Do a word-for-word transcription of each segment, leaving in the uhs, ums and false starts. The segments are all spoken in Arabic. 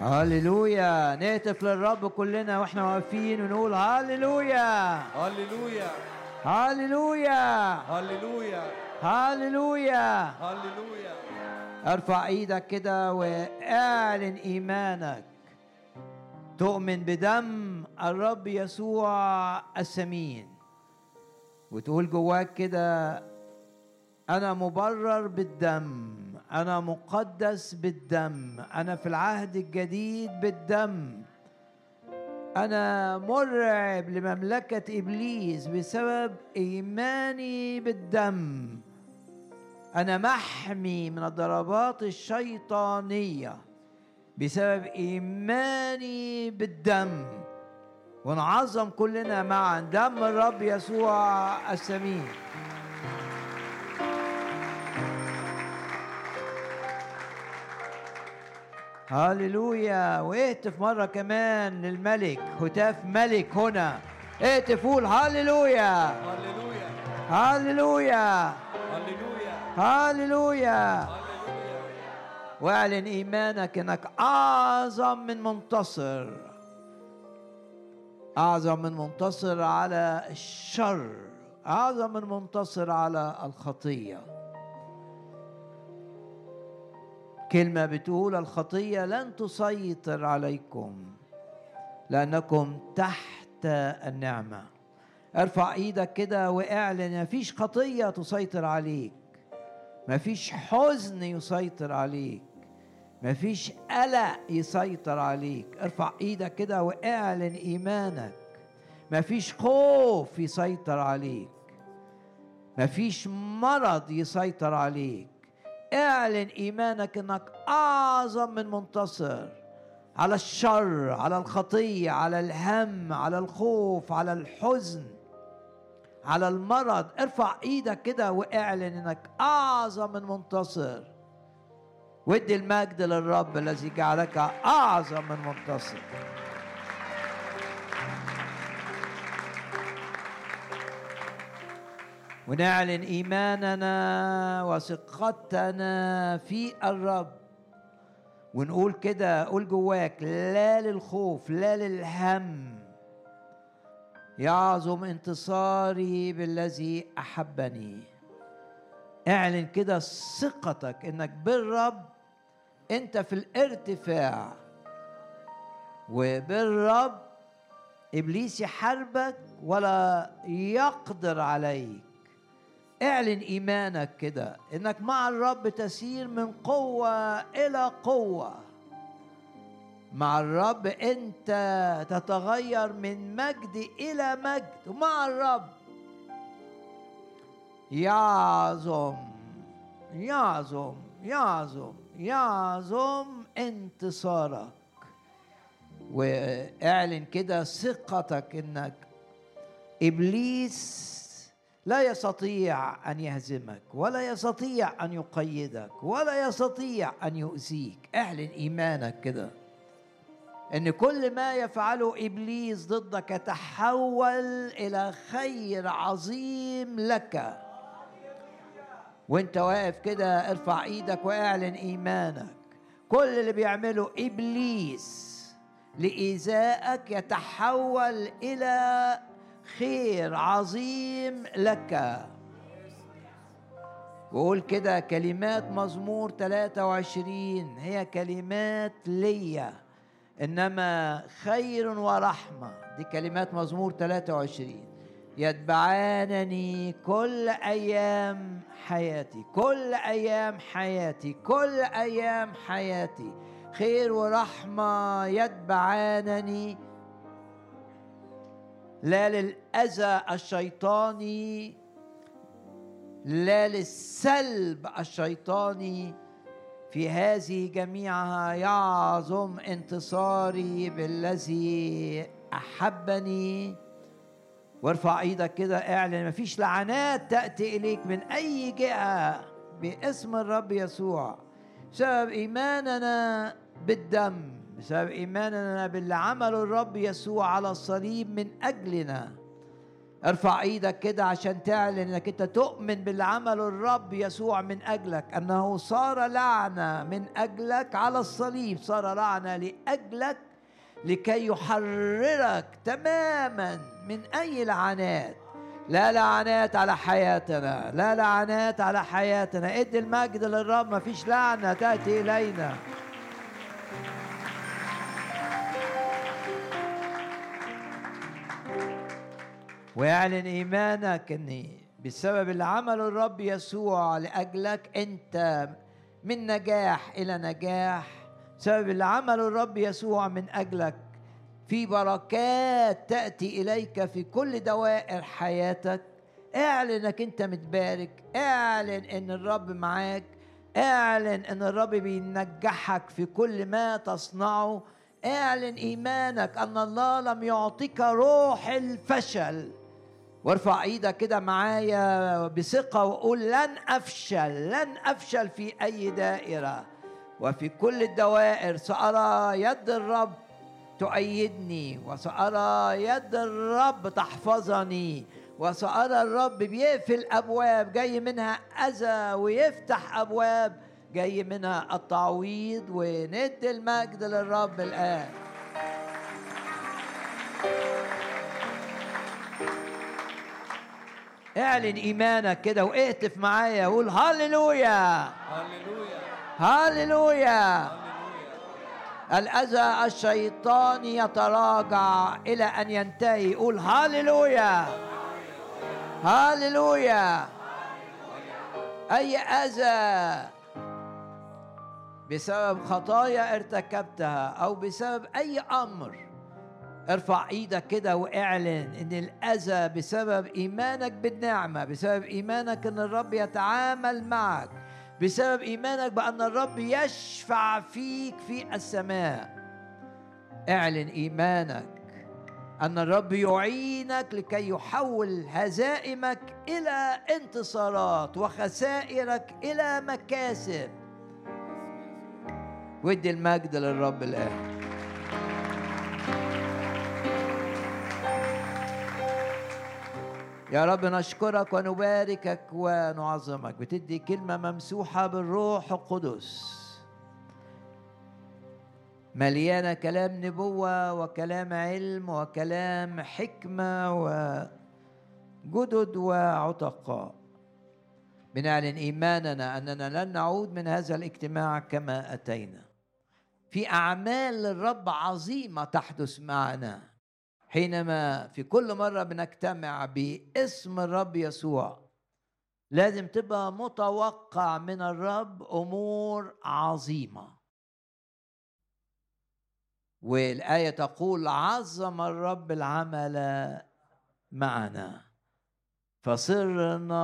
هاليلويا. نهتف للرب كلنا واحنا واقفين ونقول هاليلويا هاليلويا هاليلويا هاليلويا هاليلويا هاليلويا. ارفع ايدك كده واعلن ايمانك. تؤمن بدم الرب يسوع الثمين وتقول جواك كده أنا مبرر بالدم، أنا مقدس بالدم، أنا في العهد الجديد بالدم، أنا مرعب لمملكة إبليس بسبب إيماني بالدم، أنا محمي من الضربات الشيطانية بسبب إيماني بالدم. ونعظم كلنا معا دم الرب يسوع الثمين. هاليلويا. واهتف مرة كمان للملك، هتاف ملك هنا. اهتف قول هاليلويا هاليلويا هاليلويا هاليلويا هاليلويا. واعلن ايمانك انك اعظم من منتصر، اعظم من منتصر على الشر، اعظم من منتصر على الخطية. كلمة بتقول الخطية لن تسيطر عليكم لأنكم تحت النعمة. ارفع ايدك كده واعلن مفيش خطية تسيطر عليك، مفيش حزن يسيطر عليك، مفيش قلق يسيطر عليك. ارفع ايدك كده واعلن ايمانك. مفيش خوف يسيطر عليك، مفيش مرض يسيطر عليك. اعلن ايمانك انك اعظم من منتصر على الشر، على الخطية، على الهم، على الخوف، على الحزن، على المرض. ارفع ايدك كده واعلن انك اعظم من منتصر، وادي المجد للرب الذي جعلك اعظم من منتصر. ونعلن إيماننا وثقتنا في الرب ونقول كده، قول جواك لا للخوف لا للهم، يعظم انتصاري بالذي أحبني. اعلن كده ثقتك إنك بالرب أنت في الارتفاع، وبالرب إبليس يحاربك ولا يقدر عليك. اعلن إيمانك كده إنك مع الرب تسير من قوة إلى قوة. مع الرب أنت تتغير من مجد إلى مجد، ومع الرب يعظم يعظم يعظم يعظم انتصارك. واعلن كده ثقتك إنك إبليس لا يستطيع أن يهزمك ولا يستطيع أن يقيدك ولا يستطيع أن يؤذيك. اعلن إيمانك كده إن كل ما يفعله إبليس ضدك يتحول إلى خير عظيم لك. وانت واقف كده ارفع ايدك واعلن إيمانك. كل اللي بيعمله إبليس لإيذائك يتحول إلى خير عظيم لك. وقول كده كلمات مزمور ثلاثة وعشرين هي كلمات ليا، إنما خير ورحمة، دي كلمات مزمور ثلاثة وعشرين، يتبعانني كل أيام حياتي، كل أيام حياتي، كل أيام حياتي. خير ورحمة يتبعانني، لا للأذى الشيطاني، لا للسلب الشيطاني. في هذه جميعها يعظم انتصاري بالذي أحبني. وارفع ايدك كده اعلن مفيش لعنات تأتي إليك من أي جهة باسم الرب يسوع، بسبب إيماننا بالدم، بسبب إيماننا باللي عمله الرب يسوع على الصليب من أجلنا. ارفع ايدك كده عشان تعلن انك انت تؤمن باللي عمله الرب يسوع من اجلك، انه صار لعنة من اجلك على الصليب، صار لعنة لاجلك لكي يحررك تماما من اي لعنات. لا لعنات على حياتنا، لا لعنات على حياتنا. ادي المجد للرب، ما فيش لعنة تأتي إلينا. واعلن إيمانك أن بسبب اللي عمله الرب يسوع لأجلك أنت من نجاح إلى نجاح. بسبب اللي عمله الرب يسوع من أجلك في بركات تأتي إليك في كل دوائر حياتك. اعلن انك انت متبارك، اعلن ان الرب معاك، اعلن ان الرب بينجحك في كل ما تصنعه. اعلن ايمانك ان الله لم يعطيك روح الفشل. وارفع ايدك كده معايا بثقة وقول لن افشل، لن افشل في اي دائرة، وفي كل الدوائر سأرى يد الرب تؤيدني، وسأرى يد الرب تحفظني، وسأرى الرب بيقفل أبواب جاي منها أذى ويفتح أبواب جاي منها التعويض. وندي المجد للرب الآن. اعلن إيمانك كده واهتف معايا وقول هاليلويا هللويا هاليلويا. الأذى الشيطاني يتراجع إلى أن ينتهي. قول هاليلويا هاليلويا. أي أذى بسبب خطايا ارتكبتها أو بسبب أي أمر، ارفع ايدك كده واعلن ان الأذى بسبب إيمانك بالنعمة، بسبب إيمانك ان الرب يتعامل معك، بسبب إيمانك بأن الرب يشفع فيك في السماء. اعلن إيمانك أن الرب يعينك لكي يحول هزائمك إلى انتصارات وخسائرك إلى مكاسب. ودي المجد للرب الآن. يا رب نشكرك ونباركك ونعظمك. بتدي كلمة ممسوحة بالروح القدس، مليانة كلام نبوة وكلام علم وكلام حكمة وجدد وعتقاء. بنعلن إيماننا أننا لن نعود من هذا الاجتماع كما أتينا. في أعمال للرب عظيمة تحدث معنا حينما في كل مرة بنجتمع باسم الرب يسوع. لازم تبقى متوقع من الرب أمور عظيمة. والآية تقول عظم الرب العمل معنا فصرنا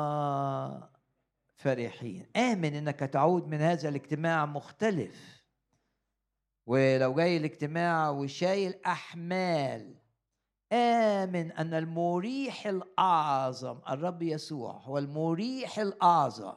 فرحين. آمن إنك تعود من هذا الاجتماع مختلف. ولو جاي الاجتماع وشايل أحمال، آمن أن المريح الأعظم الرب يسوع هو المريح الأعظم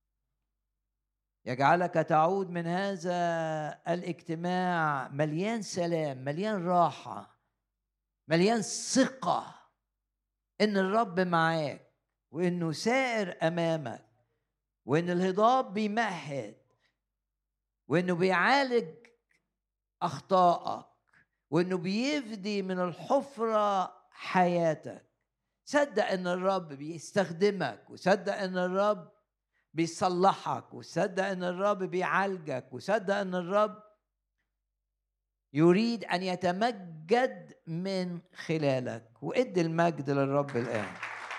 يجعلك تعود من هذا الاجتماع مليان سلام، مليان راحة، مليان ثقة إن الرب معاك، وإنه سائر أمامك، وإن الهضاب بيمهد، وإنه بيعالج أخطائك، وإنه بيفدي من الحفرة حياتك. صدق إن الرب بيستخدمك، وصدق إن الرب بيصلحك، وصدق إن الرب بيعالجك، وصدق إن الرب يريد أن يتمجد من خلالك. وإدي المجد للرب الآن.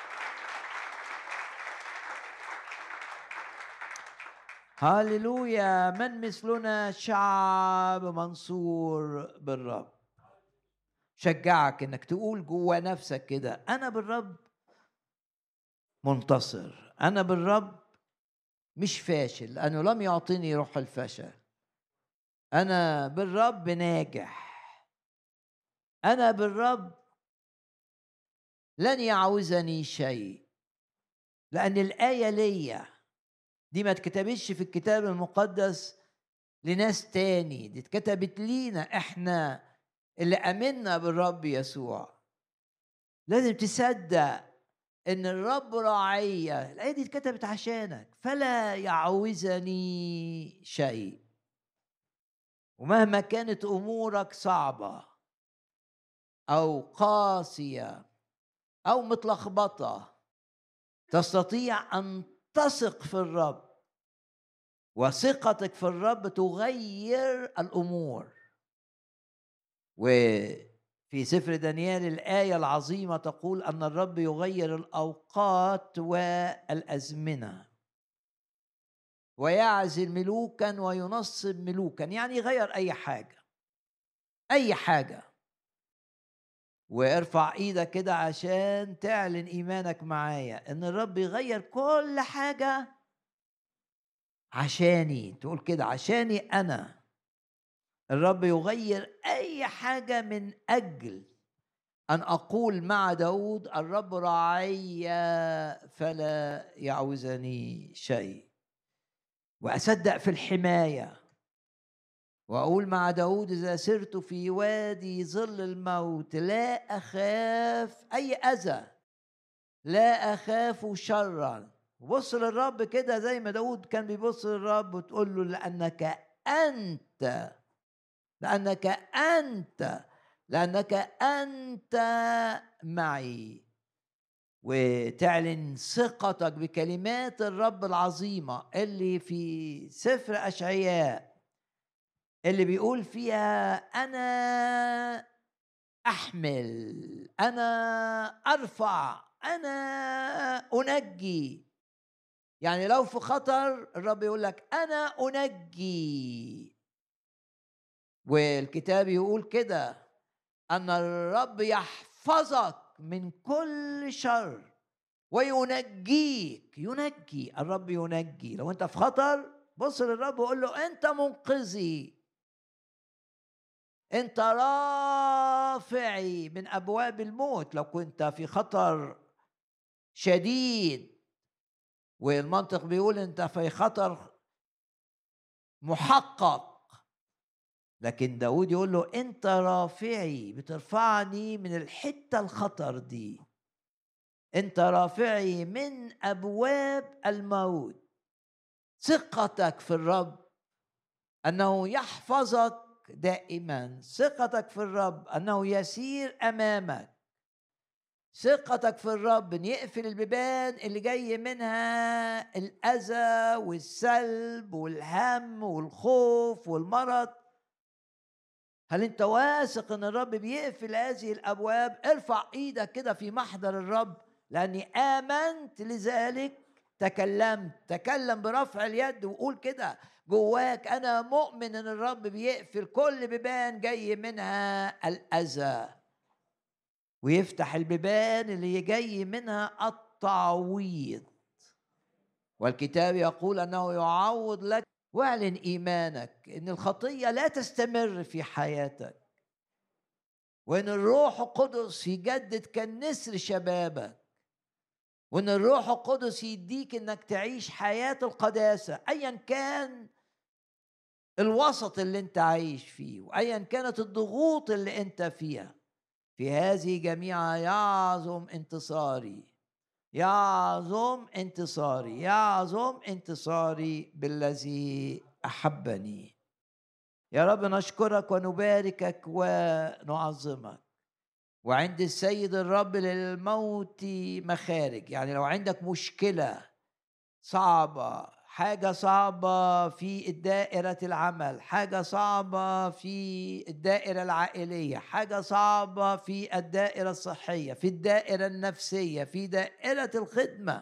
هاليلويا. من مثلنا شعب منصور بالرب. شجعك انك تقول جوا نفسك كده انا بالرب منتصر، انا بالرب مش فاشل لانه لم يعطيني روح الفشل، انا بالرب ناجح، انا بالرب لن يعوزني شيء. لان الايه ليا دي ما اتكتبتش في الكتاب المقدس لناس تاني، دي اتكتبت لينا احنا اللي امنا بالرب يسوع. لازم تصدق ان الرب راعية. الآية دي اتكتبت عشانك. فلا يعوزني شيء. ومهما كانت أمورك صعبة أو قاسية أو متلخبطة، تستطيع أن تثق في الرب، وثقتك في الرب تغير الأمور. وفي سفر دانيال الآية العظيمة تقول أن الرب يغير الأوقات والأزمنة، ويعزل ملوكا وينصب ملوكا، يعني يغير أي حاجة أي حاجة. وارفع ايدك كده عشان تعلن ايمانك معايا ان الرب يغير كل حاجة عشاني. تقول كده: عشاني انا الرب يغير اي حاجة من اجل ان اقول مع داود: الرب راعي فلا يعوزني شيء. واصدق في الحماية، وأقول مع داود: إذا سرت في وادي ظل الموت لا أخاف أي أذى، لا أخاف شرا. بص للرب كده زي ما داود كان بيبص للرب وتقول له: لأنك أنت لأنك أنت لأنك أنت معي. وتعلن ثقتك بكلمات الرب العظيمة اللي في سفر أشعياء، اللي بيقول فيها: أنا أحمل، أنا أرفع، أنا أنجي. يعني لو في خطر الرب يقول لك: أنا أنجي. والكتاب يقول كده أن الرب يحفظك من كل شر وينجيك. ينجي، الرب ينجي. لو أنت في خطر بص للرب وقول له: أنت منقذي، انت رافعي من ابواب الموت. لو كنت في خطر شديد، والمنطق بيقول انت في خطر محقق، لكن داود يقول له: انت رافعي، بترفعني من الحتة الخطر دي، انت رافعي من ابواب الموت. ثقتك في الرب انه يحفظك دائما، ثقتك في الرب انه يسير امامك، ثقتك في الرب ان يقفل البيبان اللي جاي منها الاذى والسلب والهم والخوف والمرض. هل انت واثق ان الرب بيقفل هذه الابواب؟ ارفع ايدك كده في محضر الرب: لاني امنت لذلك تكلمت. تكلم برفع اليد وقول كده جواك: انا مؤمن ان الرب بيقفل كل بيبان جاي منها الاذى، ويفتح البيبان اللي جاي منها التعويض. والكتاب يقول أنه يعوض لك. واعلن إيمانك إن الخطية لا تستمر في حياتك، وإن الروح القدس يجدد كالنسر شبابك، وإن الروح القدس يديك إنك تعيش حياة القداسة أيا كان الوسط اللي انت عايش فيه، وأيا كانت الضغوط اللي انت فيها. في هذه جميعها يعظم انتصاري، يعظم انتصاري، يعظم انتصاري بالذي أحبني. يا رب نشكرك ونباركك ونعظمك. وعند السيد الرب للموت مخارج. يعني لو عندك مشكلة صعبة، حاجة صعبة في الدائرة العمل، حاجة صعبة في الدائرة العائلية، حاجة صعبة في الدائرة الصحية، في الدائرة النفسية، في دائرة الخدمة،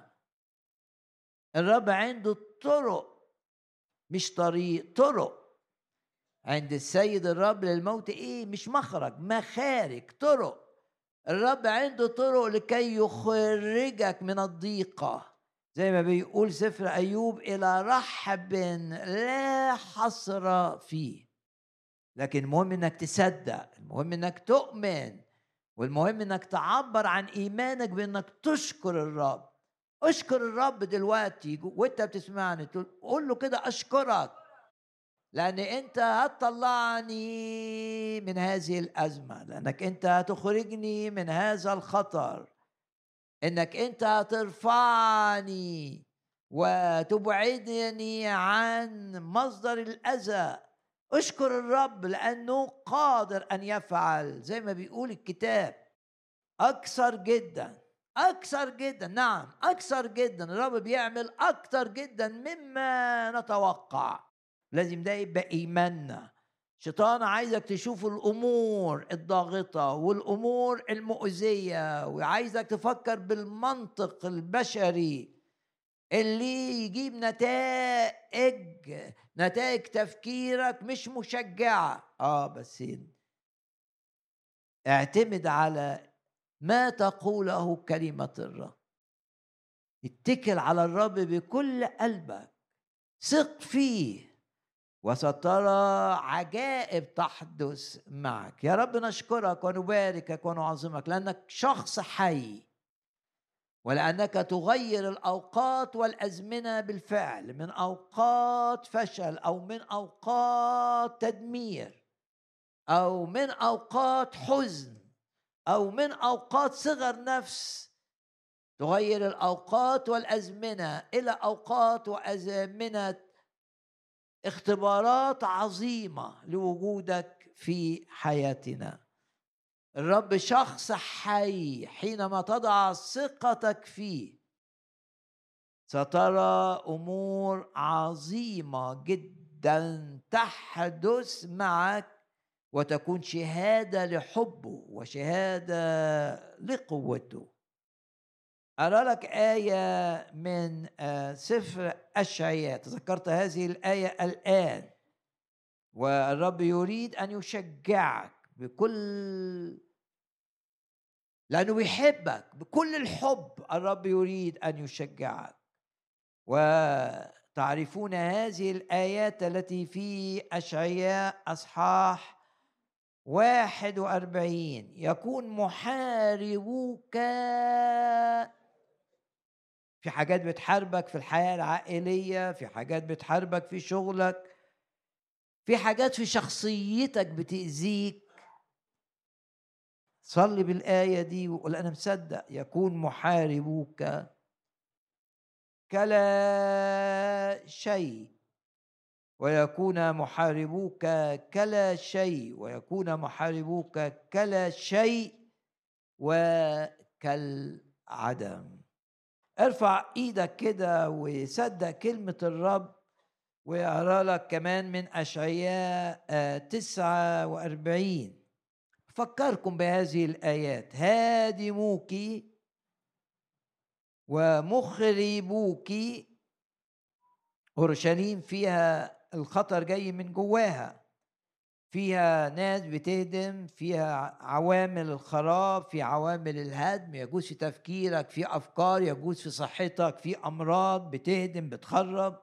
الرب عنده طرق، مش طريق، طرق. عند السيد الرب للموت ايه؟ مش مخرج، مخارج، طرق. الرب عنده طرق لكي يخرجك من الضيقة، زي ما بيقول سفر أيوب: إلى رحب لا حصر فيه. لكن المهم إنك تصدق، المهم إنك تؤمن، والمهم إنك تعبر عن إيمانك بإنك تشكر الرب. أشكر الرب دلوقتي وإنت بتسمعني، قول له كده: أشكرك لأن أنت هتطلعني من هذه الأزمة، لأنك أنت هتخرجني من هذا الخطر، إنك أنت هترفعني وتبعدني عن مصدر الأذى. اشكر الرب لأنه قادر أن يفعل زي ما بيقول الكتاب أكثر جدا أكثر جدا. نعم أكثر جدا، الرب بيعمل أكثر جدا مما نتوقع. لازم ده يبقى إيماننا. شيطان عايزك تشوف الأمور الضاغطة والأمور المؤذية، وعايزك تفكر بالمنطق البشري اللي يجيب نتائج نتائج تفكيرك مش مشجعة. آه بس اعتمد على ما تقوله كلمة الرب. اتكل على الرب بكل قلبك، ثق فيه، وسترى عجائب تحدث معك. يا رب نشكرك ونباركك ونعظمك لأنك شخص حي، ولأنك تغير الأوقات والأزمنة بالفعل، من أوقات فشل أو من أوقات تدمير أو من أوقات حزن أو من أوقات صغر نفس. تغير الأوقات والأزمنة إلى أوقات وأزمنة اختبارات عظيمة لوجودك في حياتنا. الرب شخص حي، حينما تضع ثقتك فيه سترى أمور عظيمة جدا تحدث معك، وتكون شهادة لحبه وشهادة لقوته. أرى لك آية من سفر أشعياء، تذكرت هذه الآية الآن، والرب يريد أن يشجعك بكل، لأنه بيحبك بكل الحب. الرب يريد أن يشجعك. وتعرفون هذه الآيات التي في أشعياء أصحاح واحد وأربعين: يكون محاربوك. في حاجات بتحاربك في الحياة العائلية، في حاجات بتحاربك في شغلك، في حاجات في شخصيتك بتأذيك. صلي بالآية دي وقول أنا مصدق. يكون محاربوك كلا شيء، ويكون محاربوك كلا شيء، ويكون محاربوك كلا شيء وكالعدم. ارفع ايدك كده وصدق كلمة الرب. ويقرأ لك كمان من أشعياء تسعة وأربعين. فكركم بهذه الآيات: هادموك ومخربوك. أورشليم فيها الخطر جاي من جواها، فيها ناس بتهدم، فيها عوامل الخراب، في عوامل الهدم. يجوز في تفكيرك، في أفكار، يجوز في صحتك، في أمراض بتهدم بتخرب.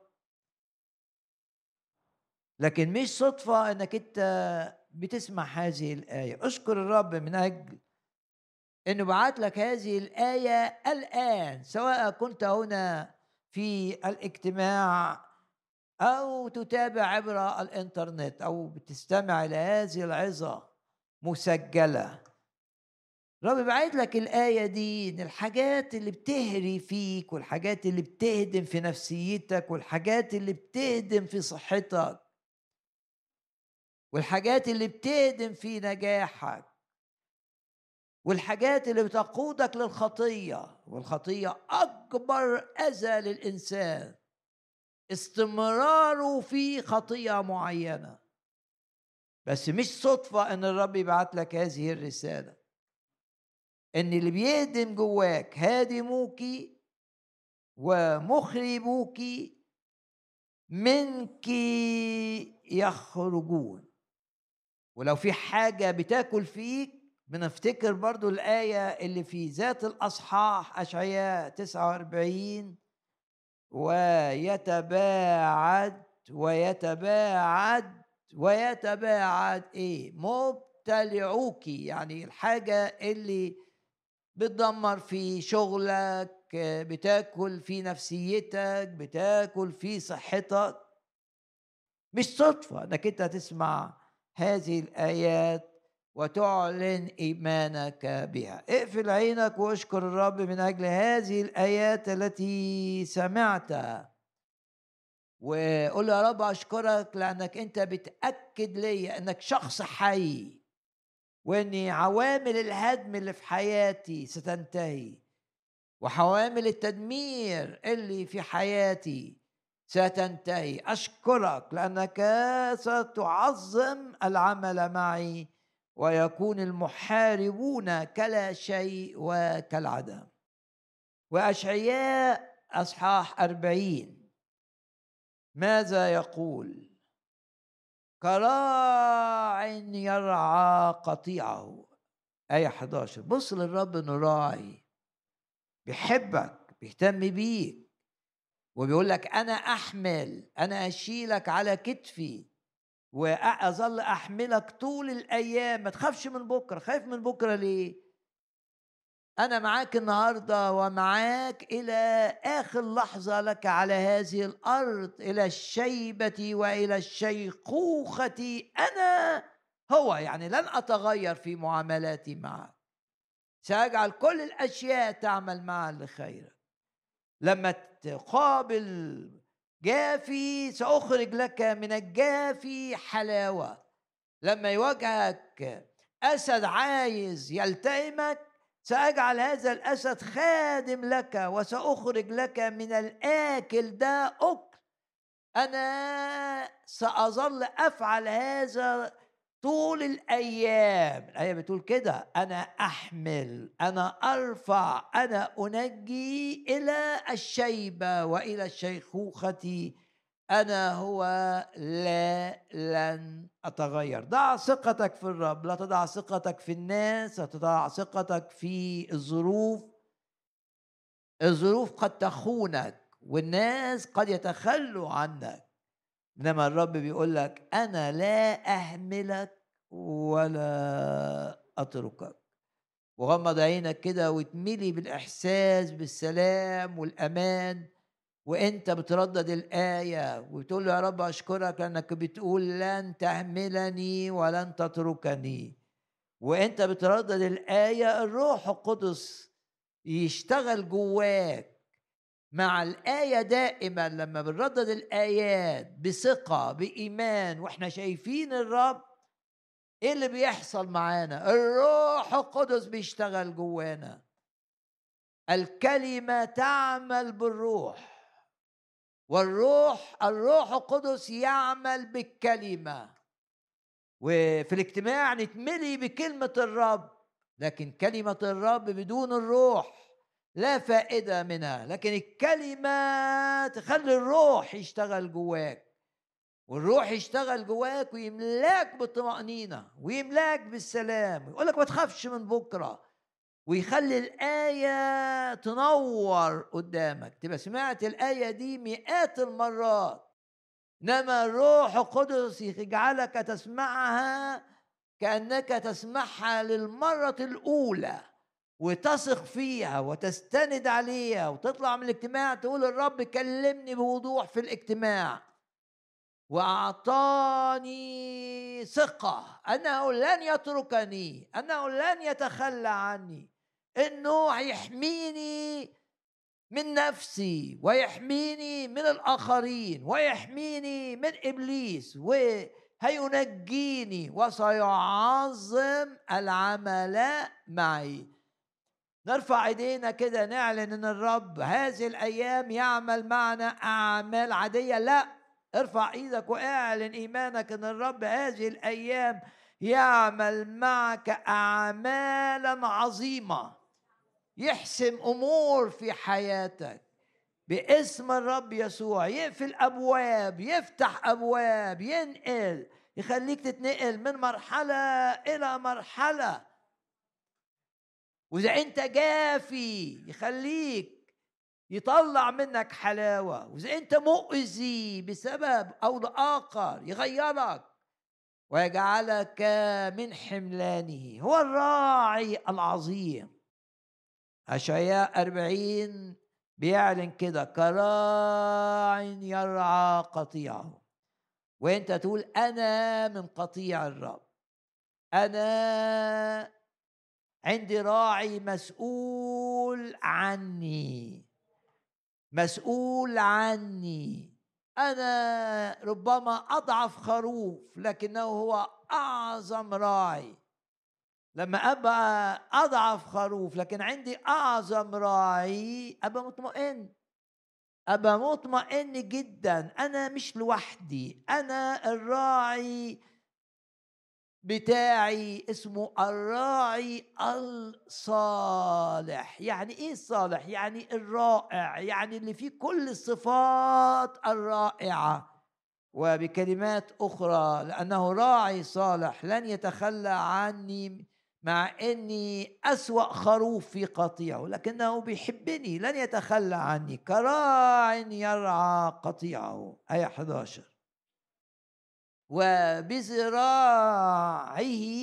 لكن مش صدفة أنك أنت بتسمع هذه الآية. أشكر الرب من أجل أنه بعت لك هذه الآية الآن، سواء كنت هنا في الاجتماع أو تتابع عبر الإنترنت أو بتستمع إلى هذه العظة مسجلة. رب بعت لك الآية دي إن الحاجات اللي بتهري فيك والحاجات اللي بتهدم في نفسيتك والحاجات اللي بتهدم في صحتك والحاجات اللي بتهدم في نجاحك والحاجات اللي بتقودك للخطية، والخطية أكبر أذى للإنسان استمراره في خطية معينة. بس مش صدفة أن الرب يبعت لك هذه الرسالة، أن اللي بيهدم جواك هادموك ومخربوك منك يخرجون. ولو في حاجة بتاكل فيك، بنفتكر برضو الآية اللي في ذات الأصحاح أشعياء تسعة وأربعين: ويتباعد ويتباعد ويتباعد ايه مبتلعوك. يعني الحاجة اللي بتدمر في شغلك، بتاكل في نفسيتك، بتاكل في صحتك، مش صدفة انك انت تسمع هذه الآيات وتعلن إيمانك بها. اقفل عينك واشكر الرب من أجل هذه الآيات التي سمعتها، وقول يا رب أشكرك لأنك أنت بتأكد لي أنك شخص حي، وأن عوامل الهدم اللي في حياتي ستنتهي، وحوامل التدمير اللي في حياتي ستنتهي. أشكرك لأنك ستعظم العمل معي، ويكون المحاربون كلا شيء وكالعدم. وأشعياء أصحاح أربعين ماذا يقول؟ كراع يرعى قطيعه. آية إحدى عشر. بص للرب إنه راعي، بيحبك، بيهتم بيك، وبيقول لك أنا أحمل، أنا أشيلك على كتفي وأظل أحملك طول الأيام. ما تخافش من بكرة. خايف من بكرة ليه؟ أنا معاك النهاردة ومعاك إلى آخر لحظة لك على هذه الأرض، إلى الشيبة وإلى الشيخوخة. أنا هو، يعني لن أتغير في معاملاتي معك. سأجعل كل الأشياء تعمل معا لخيرك. لما تقابل جافي سأخرج لك من الجافي حلاوة. لما يواجهك أسد عايز يلتئمك سأجعل هذا الأسد خادم لك، وسأخرج لك من الآكل ده أكل. أنا سأظل أفعل هذا طول الأيام. الآية بتقول كده: أنا أحمل، أنا أرفع، أنا أنجي إلى الشيبة وإلى الشيخوخة. أنا هو، لا لن أتغير. ضع ثقتك في الرب، لا تضع ثقتك في الناس، لا تضع ثقتك في الظروف. الظروف قد تخونك والناس قد يتخلوا عنك، إنما الرب بيقول لك أنا لا أهملك ولا أتركك. وغمض عينك كده وتملي بالإحساس بالسلام والأمان، وانت بتردد الآية وتقول يا رب أشكرك لأنك بتقول لن تهملني ولن تتركني. وانت بتردد الآية الروح القدس يشتغل جواك مع الآية دائما. لما بنردد الآيات بثقة بإيمان واحنا شايفين الرب، ايه اللي بيحصل معانا؟ الروح القدس بيشتغل جوانا. الكلمة تعمل بالروح، والروح الروح القدس يعمل بالكلمة. وفي الاجتماع نتملي بكلمة الرب، لكن كلمة الرب بدون الروح لا فائدة منها. لكن الكلمة تخلي الروح يشتغل جواك، والروح يشتغل جواك ويملاك بالطمأنينة ويملاك بالسلام، ويقولك ما تخافش من بكرة، ويخلي الآية تنور قدامك. تبقى سمعت الآية دي مئات المرات، إنما الروح القدس يجعلك تسمعها كأنك تسمعها للمرة الأولى، وتثق فيها وتستند عليها، وتطلع من الاجتماع تقول الرب كلمني بوضوح في الاجتماع وأعطاني ثقة أنه لن يتركني، أنه لن يتخلى عني، إنه هيحميني من نفسي ويحميني من الآخرين ويحميني من إبليس وهينجيني وسيعظم العمل معي. نرفع ايدينا كده نعلن ان الرب هذه الايام يعمل معنا اعمال عادية. لا، ارفع ايدك واعلن ايمانك ان الرب هذه الايام يعمل معك اعمالا عظيمة، يحسم امور في حياتك باسم الرب يسوع. يقفل ابواب، يفتح ابواب، ينقل، يخليك تتنقل من مرحلة الى مرحلة. وإذا أنت جافي يخليك يطلع منك حلاوة، وإذا أنت مؤذي بسبب أو لآخر يغيرك ويجعلك من حملانه. هو الراعي العظيم. أشعياء أربعين بيعلن كده: كراع يرعى قطيعه. وانت تقول انا من قطيع الرب، انا عندي راعي مسؤول عني، مسؤول عني. انا ربما اضعف خروف لكنه هو اعظم راعي. لما ابقى اضعف خروف لكن عندي اعظم راعي ابقى مطمئن، ابقى مطمئن جدا. انا مش لوحدي، انا الراعي بتاعي اسمه الراعي الصالح. يعني ايه الصالح؟ يعني الرائع، يعني اللي فيه كل الصفات الرائعة. وبكلمات أخرى لأنه راعي صالح لن يتخلى عني، مع أني أسوأ خروف في قطيعه لكنه بيحبني، لن يتخلى عني. كراع يرعى قطيعه، آية أحد عشر. وبذراعه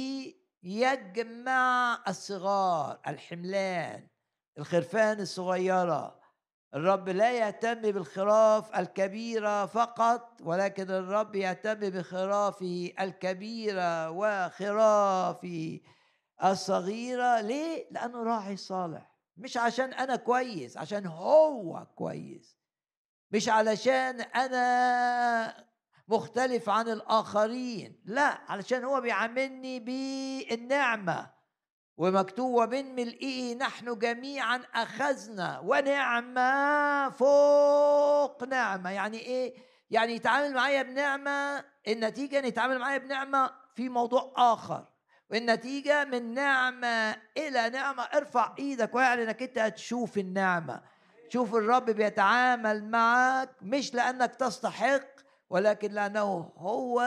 يجمع الصغار، الحملان، الخرفان الصغيرة. الرب لا يهتم بالخراف الكبيرة فقط، ولكن الرب يهتم بخرافه الكبيرة وخرافه الصغيرة. ليه؟ لأنه راعي صالح، مش عشان أنا كويس، عشان هو كويس، مش علشان أنا مختلف عن الآخرين، لا، علشان هو بيعاملني بالنعمة. ومكتوب ومن ملئه نحن جميعا أخذنا ونعمة فوق نعمة. يعني إيه؟ يعني يتعامل معايا بنعمة، النتيجة أن يتعامل معايا بنعمة في موضوع آخر، والنتيجة من نعمة إلى نعمة. ارفع إيدك واعلن إنك أنت هتشوف النعمة. شوف الرب بيتعامل معك مش لأنك تستحق، ولكن لأنه هو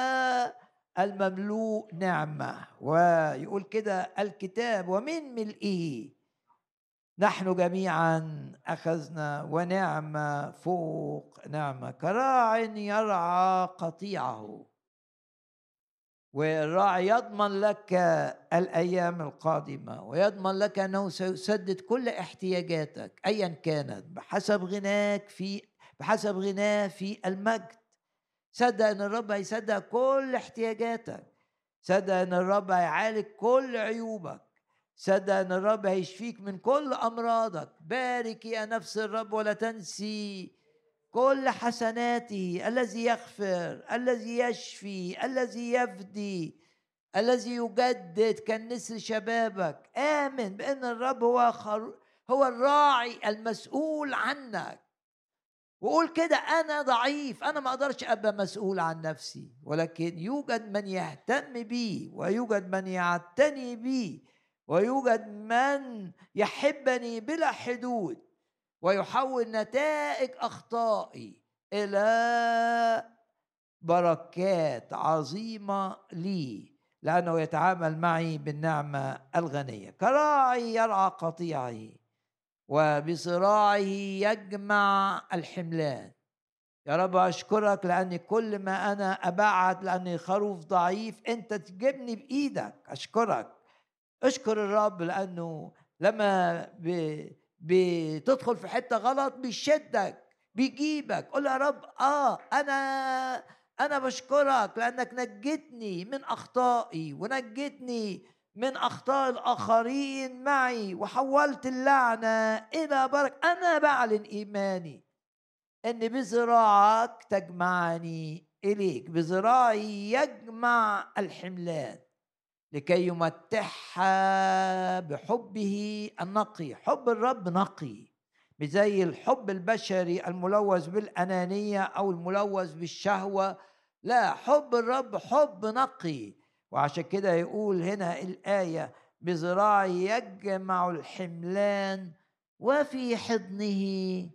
المملوء نعمة. ويقول كده الكتاب ومن ملئه نحن جميعا أخذنا ونعمة فوق نعمة. كراع يرعى قطيعه، والراعي يضمن لك الأيام القادمة، ويضمن لك أنه سيسدد كل احتياجاتك أيا كانت بحسب غناك في بحسب غناه في المجد. صدق ان الرب هيصدق كل احتياجاتك، صدق ان الرب هيعالج كل عيوبك، صدق ان الرب هيشفيك من كل امراضك. بارك يا نفس الرب ولا تنسي كل حسناته، الذي يغفر، الذي يشفي، الذي يفدي، الذي يجدد كالنسر شبابك. آمن بأن الرب هو خر... هو الراعي المسؤول عنك. وقول كده أنا ضعيف، أنا ما أقدرش أبقى مسؤول عن نفسي، ولكن يوجد من يهتم بي، ويوجد من يعتني بي، ويوجد من يحبني بلا حدود، ويحول نتائج أخطائي إلى بركات عظيمة لي، لأنه يتعامل معي بالنعمة الغنية. كراعي يرعى قطيعه وبصراعه يجمع الحملان. يا رب أشكرك لأني كل ما أنا أبعد لأني خروف ضعيف أنت تجيبني بإيدك. أشكرك، أشكر الرب لأنه لما بتدخل في حتة غلط بيشدك بيجيبك. قول يا رب آه أنا أنا بشكرك لأنك نجتني من أخطائي ونجتني من أخطاء الآخرين معي، وحولت اللعنة إلى بركة. أنا بعلن إيماني أن بذراعك تجمعني إليك، بذراعي يجمع الحملان لكي يمتعها بحبه النقي. حب الرب نقي، مش زي الحب البشري الملوث بالأنانية أو الملوث بالشهوة. لا، حب الرب حب نقي. وعشان كده يقول هنا الآية بذراعي يجمع الحملان وفي حضنه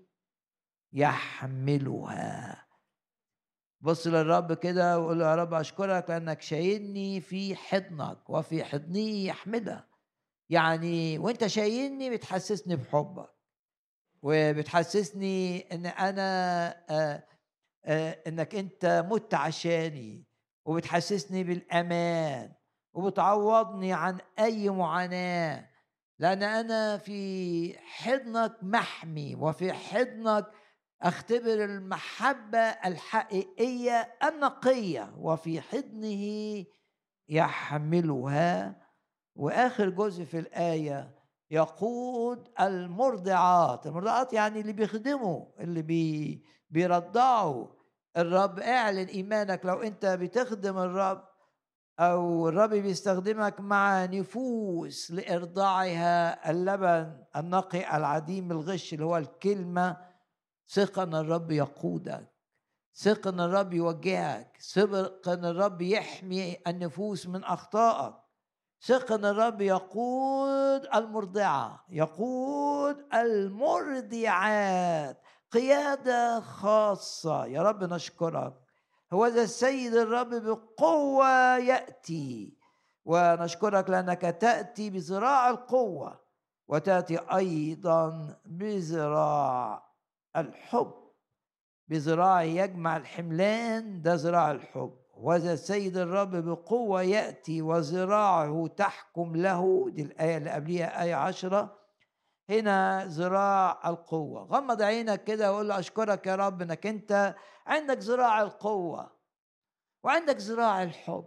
يحملها. بص للرب كده وقول له يا رب أشكرك لأنك شايلني في حضنك وفي حضني يحملها. يعني وانت شايلني بتحسسني بحبك، وبتحسسني ان انا آآ آآ انك انت مت عشاني، وبتحسسني بالامان، وبتعوضني عن اي معاناة، لان انا في حضنك محمي، وفي حضنك أختبر المحبة الحقيقية النقية وفي حضنه يحملها. وآخر جزء في الآية يقود المرضعات. المرضعات يعني اللي بيخدموا، اللي بي بيرضعوا الرب. اعلن إيمانك لو أنت بتخدم الرب أو الرب بيستخدمك مع نفوس لإرضاعها اللبن النقي العديم الغش اللي هو الكلمة. ثق أن الرب يقودك، ثق أن الرب يوجهك، ثق أن الرب يحمي النفوس من أخطائك، ثق أن الرب يقود المرضعة، يقود المرضعات قيادة خاصة. يا رب نشكرك. هو ذا السيد الرب بقوة يأتي، ونشكرك لأنك تأتي بذراع القوة وتأتي أيضا بذراع الحب. بذراع يجمع الحملان، ده ذراع الحب. وذا السيد الرب بقوة يأتي وذراعه تحكم له. دي الآية اللي قبليها آية عشرة. هنا ذراع القوة. غمض عينك كده وقول له أشكرك يا رب أنك أنت عندك ذراع القوة وعندك ذراع الحب.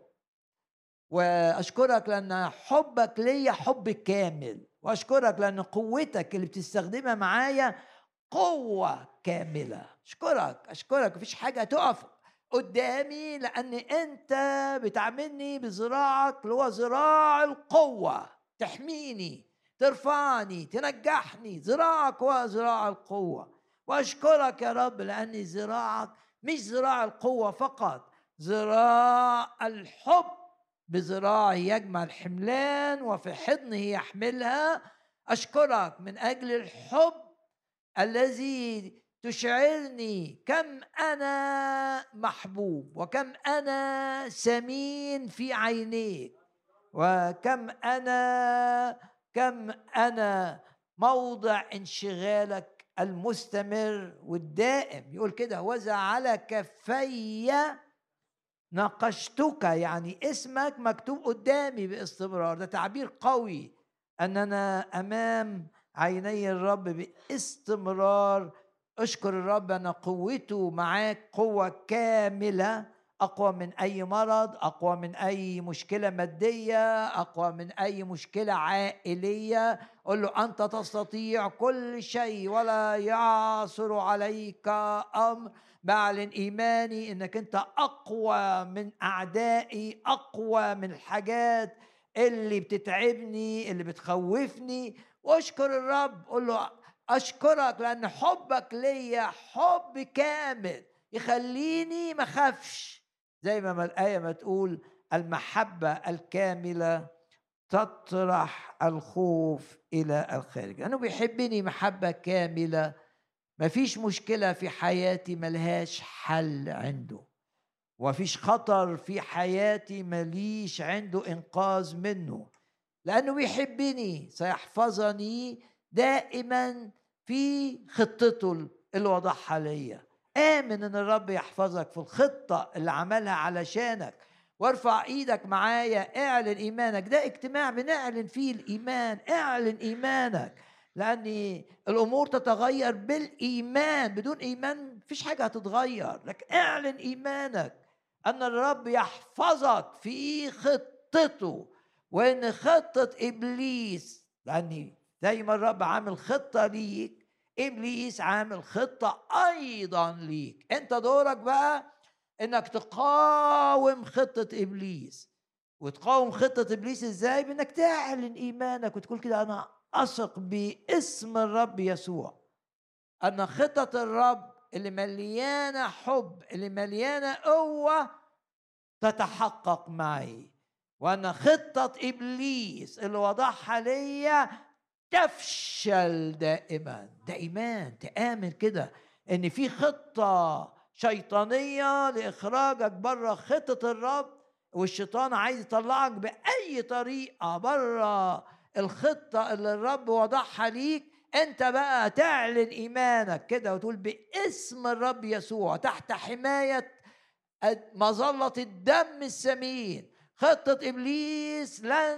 وأشكرك لأن حبك ليا حب كامل، وأشكرك لأن قوتك اللي بتستخدمها معايا قوة كاملة. أشكرك أشكرك مفيش حاجة تقف قدامي لأن أنت بتعاملني بذراعك اللي هو ذراع القوة، تحميني، ترفعني، تنجحني. ذراعك هو ذراع القوة. وأشكرك يا رب لأن ذراعك مش ذراع القوة فقط، ذراع الحب. بذراعه يجمع الحملان وفي حضنه يحملها. أشكرك من أجل الحب الذي تشعرني كم أنا محبوب وكم أنا ثمين في عينيك، وكم أنا كم أنا موضع انشغالك المستمر والدائم. يقول كده وذا على كفي ناقشتك، يعني اسمك مكتوب قدامي باستمرار. ده تعبير قوي أننا أمام عيني الرب باستمرار. أشكر الرب أن قوته معاك قوة كاملة، أقوى من أي مرض، أقوى من أي مشكلة مادية، أقوى من أي مشكلة عائلية. قل له أنت تستطيع كل شيء ولا يعثر عليك أمر. بعلن إيماني أنك أنت أقوى من أعدائي، أقوى من الحاجات اللي بتتعبني اللي بتخوفني. واشكر الرب. قل له أشكرك لأن حبك ليا حب كامل يخليني ما خافش. زي ما الآية ما تقول المحبة الكاملة تطرح الخوف إلى الخارج. لأنه بيحبني محبة كاملة. ما فيش مشكلة في حياتي ملهاش حل عنده، وفيش خطر في حياتي مليش عنده إنقاذ منه. لأنه بيحبني سيحفظني دائما في خطته اللي وضعها ليا. آمن أن الرب يحفظك في الخطة اللي عملها علشانك. وارفع ايدك معايا، اعلن إيمانك. ده اجتماع بنعلن فيه الإيمان. اعلن إيمانك لأن الأمور تتغير بالإيمان. بدون إيمان مفيش حاجة هتتغير. لكن اعلن إيمانك أن الرب يحفظك في خطته، وإن خطة إبليس، لأن دايما الرب عامل خطة ليك، إبليس عامل خطة أيضا ليك. أنت دورك بقى إنك تقاوم خطة إبليس. وتقاوم خطة إبليس إزاي؟ بإنك تعلن إيمانك وتقول كده أنا أثق باسم الرب يسوع أن خطة الرب اللي مليانة حب، اللي مليانة قوة، تتحقق معي، وأن خطة إبليس اللي وضعها ليا تفشل دائما. ده إيمان. تآمن كده إن في خطة شيطانية لإخراجك بره خطة الرب، والشيطان عايز يطلعك بأي طريقة بره الخطة اللي الرب وضعها ليك. أنت بقى تعلن إيمانك كده وتقول باسم الرب يسوع تحت حماية مظلة الدم الثمين خطة إبليس لن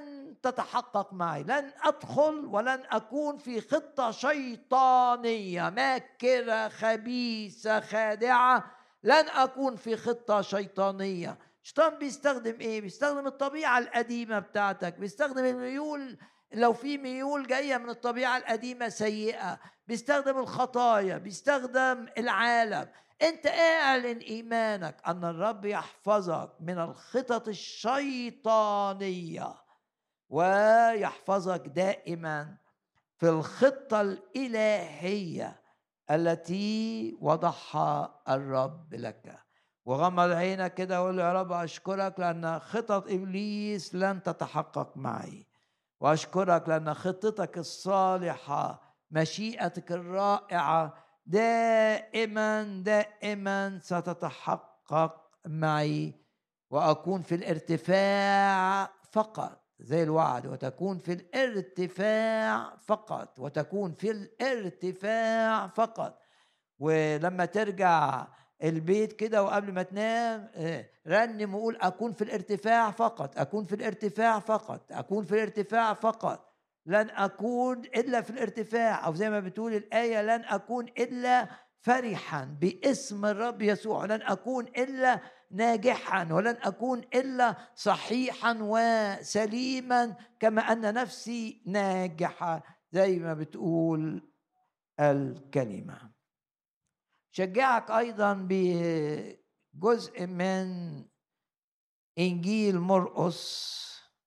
تتحقق معي. لن أدخل ولن أكون في خطة شيطانية ماكرة خبيثة خادعة. لن أكون في خطة شيطانية. الشيطان بيستخدم إيه؟ بيستخدم الطبيعة القديمة بتاعتك، بيستخدم الميول. لو في ميول جاية من الطبيعة القديمة سيئة، بيستخدم الخطايا، بيستخدم العالم. انت اعلن ايمانك ان الرب يحفظك من الخطط الشيطانية ويحفظك دائما في الخطة الإلهية التي وضعها الرب لك. وغمض عينك كده وقول يا رب أشكرك لأن خطط إبليس لن تتحقق معي، وأشكرك لأن خطتك الصالحة مشيئتك الرائعة دائما دائما ستتحقق معي، وأكون في الارتفاع فقط زي الوعد، وتكون في الارتفاع فقط وتكون في الارتفاع فقط. ولما ترجع البيت كده وقبل ما تنام رنم وقول أكون في الارتفاع فقط، أكون في الارتفاع فقط، أكون في الارتفاع فقط. لن أكون إلا في الارتفاع، أو زي ما بتقول الآية لن أكون إلا فرحا باسم الرب يسوع، لن أكون إلا ناجحا، ولن أكون إلا صحيحا وسليما كما أن نفسي ناجحة زي ما بتقول الكلمة. شجعك أيضا بجزء من إنجيل مرقس،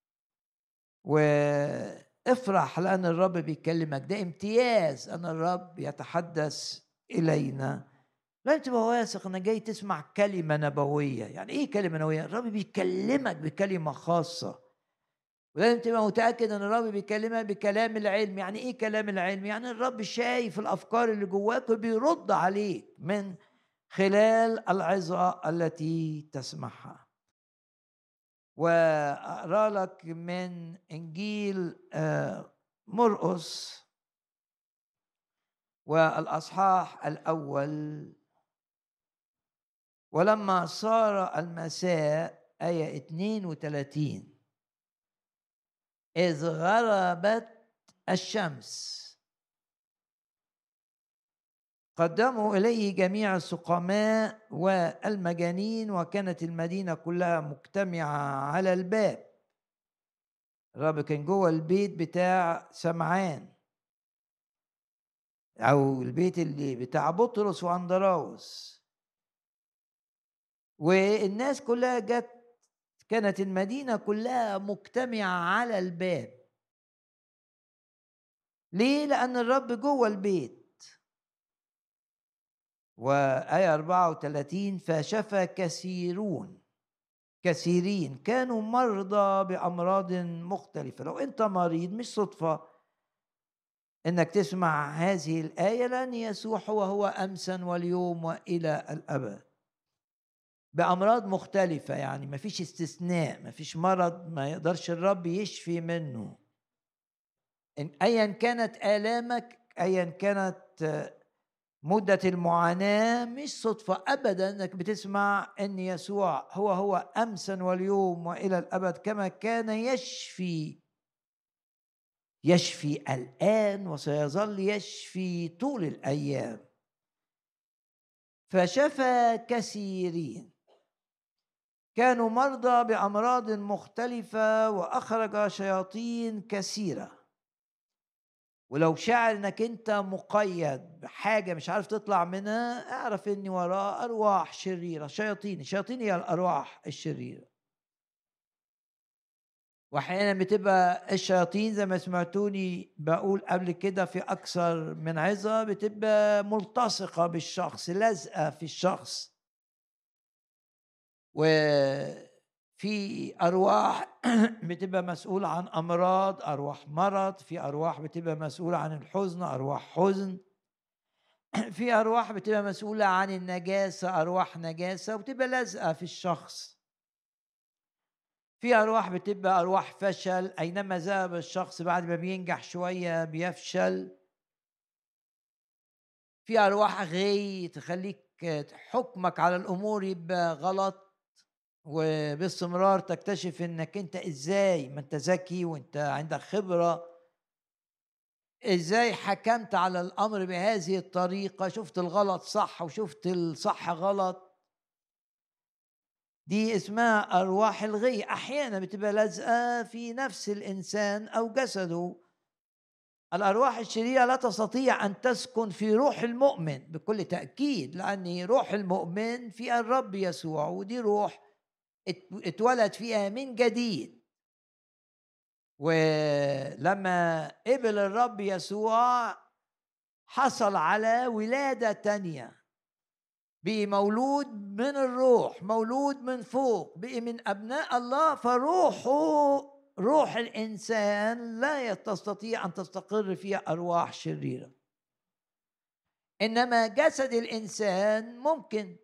وافرح لأن الرب بيكلمك. ده امتياز أن الرب يتحدث إلينا. لازم تبقى واثق أنك جاي تسمع كلمة نبوية. يعني إيه كلمة نبوية؟ الرب بيكلمك بكلمة خاصة، ولازم تبقى متأكد أن الرب بيكلمك بكلام العلم. يعني إيه كلام العلم؟ يعني الرب شايف الأفكار اللي جواك وبيرد عليك من خلال العظة التي تسمعها. وأقرأ لك من إنجيل مرقس والأصحاح الأول. ولما صار المساء، آية اثنين وثلاثين، إذ غربت الشمس قدموا إليه جميع السقماء والمجانين، وكانت المدينة كلها مجتمعة على الباب. الرب كان جوه البيت بتاع سمعان، أو البيت اللي بتاع بطرس وأندراوس، والناس كلها جت. كانت المدينة كلها مجتمعة على الباب. ليه؟ لأن الرب جوه البيت. وآية أربعة وثلاثين، فشفى كثيرون كثيرين كانوا مرضى بأمراض مختلفة. لو أنت مريض مش صدفة إنك تسمع هذه الآية، لأن يسوع هو هو أمسا واليوم وإلى الأبد. بأمراض مختلفة، يعني ما فيش استثناء، ما فيش مرض ما يقدرش الرب يشفي منه. إن أيا كانت آلامك، أيا كانت مدة المعاناة، مش صدفة أبدا أنك بتسمع أن يسوع هو هو أمسا واليوم وإلى الأبد، كما كان يشفي يشفي الآن وسيظل يشفي طول الأيام. فشفى كثيرين كانوا مرضى بأمراض مختلفة، وأخرج شياطين كثيرة. ولو شعر انك انت مقيد بحاجة مش عارف تطلع منها، اعرف ان وراء ارواح شريرة، شياطين. الشياطين هي الارواح الشريرة. واحيانا بتبقى الشياطين زي ما سمعتوني بقول قبل كده في اكثر من عظة، بتبقى ملتصقة بالشخص، لازقة في الشخص. وفي ارواح بتبقى مسؤولة عن امراض، ارواح مرض. في ارواح بتبقى مسؤولة عن الحزن، ارواح حزن. في أرواح بتبقى مسؤولة عن النجاسة، أرواح نجاسة، وبتبقى لازقة في الشخص. في أرواح بتبقى أرواح فشل، أينما ذهب الشخص بعد ما بينجح شوية بيفشل. في أرواح غي تخليك حكمك على الأمور يبقى غلط، وباستمرار تكتشف انك انت ازاي، ما انت ذكي وانت عندك خبرة، ازاي حكمت على الامر بهذه الطريقة، شفت الغلط صح وشفت الصح غلط. دي اسمها ارواح الغي، احيانا بتبقى لازقة في نفس الانسان او جسده. الارواح الشريرة لا تستطيع ان تسكن في روح المؤمن بكل تأكيد، لان روح المؤمن في الرب يسوع، ودي روح اتولد فيها من جديد. ولما قبل الرب يسوع حصل على ولادة تانية، بقي مولود من الروح، مولود من فوق، بقي من أبناء الله. فروحه، روح الإنسان لا تستطيع أن تستقر فيها أرواح شريرة، إنما جسد الإنسان ممكن،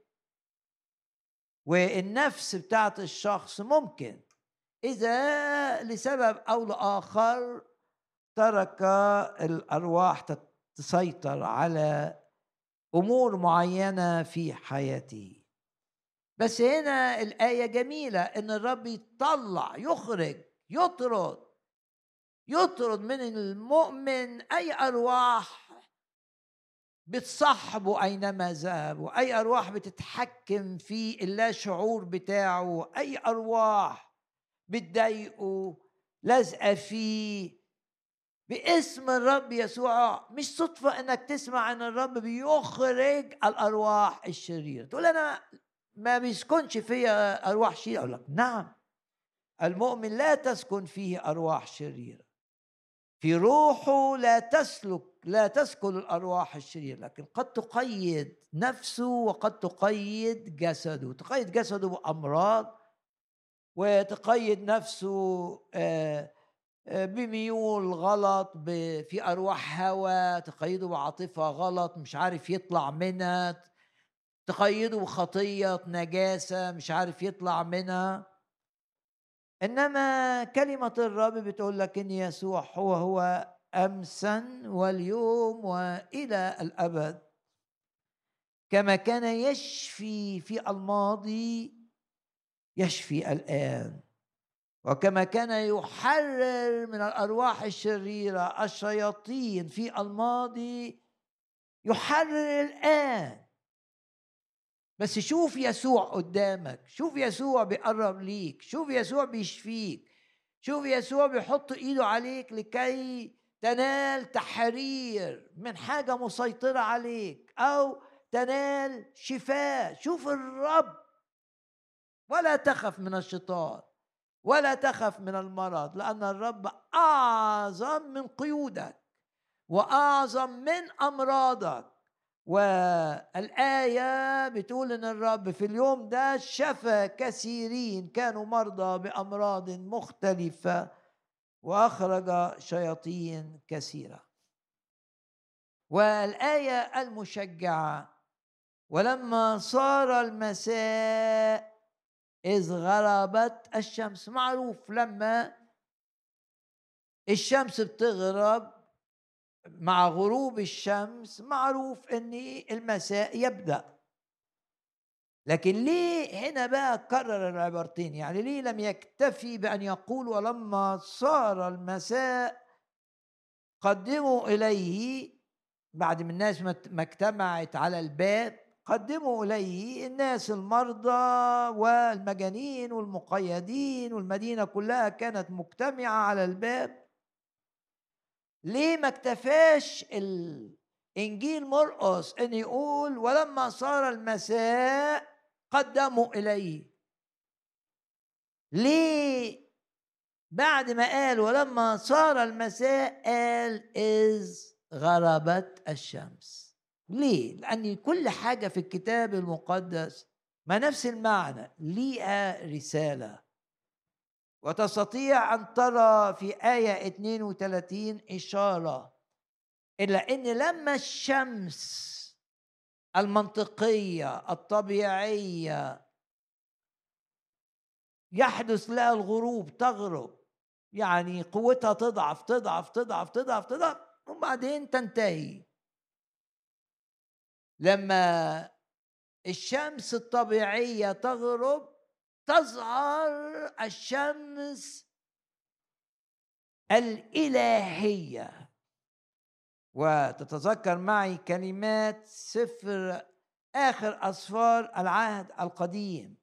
والنفس بتاعت الشخص ممكن، إذا لسبب أو لآخر ترك الأرواح تسيطر على أمور معينة في حياته. بس هنا الآية جميلة، إن الرب يطلع، يخرج، يطرد يطرد من المؤمن أي أرواح بتصحبه أينما ذهب، وأي أرواح بتتحكم في اللا شعور بتاعه، أي أرواح بتضايقه، لازقة فيه. باسم الرب يسوع، مش صدفة انك تسمع ان الرب بيخرج الارواح الشريرة. تقول انا ما بيسكنش فيها ارواح شريرة، اقول لك نعم، المؤمن لا تسكن فيه ارواح شريرة، في روحه لا تسلك لا تسكن الارواح الشريرة، لكن قد تقيد نفسه وقد تقيد جسده، تقيد جسده بامراض، وتقيد نفسه آه بميول غلط، في أرواح هوى تقيده بعاطفة غلط مش عارف يطلع منها، تقيده بخطية نجاسة مش عارف يطلع منها. إنما كلمة الرب بتقول لك إن يسوع هو هو أمسا واليوم وإلى الأبد، كما كان يشفي في الماضي يشفي الآن، وكما كان يحرر من الأرواح الشريرة الشياطين في الماضي يحرر الآن. بس شوف يسوع قدامك، شوف يسوع بيقرب ليك، شوف يسوع بيشفيك، شوف يسوع بيحط إيده عليك لكي تنال تحرير من حاجة مسيطرة عليك أو تنال شفاء. شوف الرب، ولا تخف من الشيطان ولا تخف من المرض، لأن الرب أعظم من قيودك وأعظم من أمراضك. والآية بتقول إن الرب في اليوم ده شفى كثيرين كانوا مرضى بأمراض مختلفة وأخرج شياطين كثيرة. والآية المشجعة، ولما صار المساء إذ غربت الشمس. معروف لما الشمس بتغرب، مع غروب الشمس معروف ان المساء يبدأ. لكن ليه هنا بقى كرر العبارتين؟ يعني ليه لم يكتفي بأن يقول ولما صار المساء قدموا إليه، بعد ما الناس ما اجتمعت على الباب قدموا إليه الناس المرضى والمجانين والمقيدين، والمدينة كلها كانت مجتمعة على الباب. ليه ما اكتفاش الإنجيل مرقس أن يقول ولما صار المساء قدموا إليه؟ ليه بعد ما قال ولما صار المساء قال إذ غربت الشمس؟ ليه؟ لأن كل حاجة في الكتاب المقدس ما نفس المعنى، ليها رسالة. وتستطيع أن ترى في آية اثنين وثلاثين إشارة إلى أن لما الشمس المنطقية الطبيعية يحدث لها الغروب، تغرب، يعني قوتها تضعف تضعف تضعف تضعف تضعف وبعدين تنتهي. لما الشمس الطبيعية تغرب تظهر الشمس الإلهية. وتتذكر معي كلمات سفر آخر أسفار العهد القديم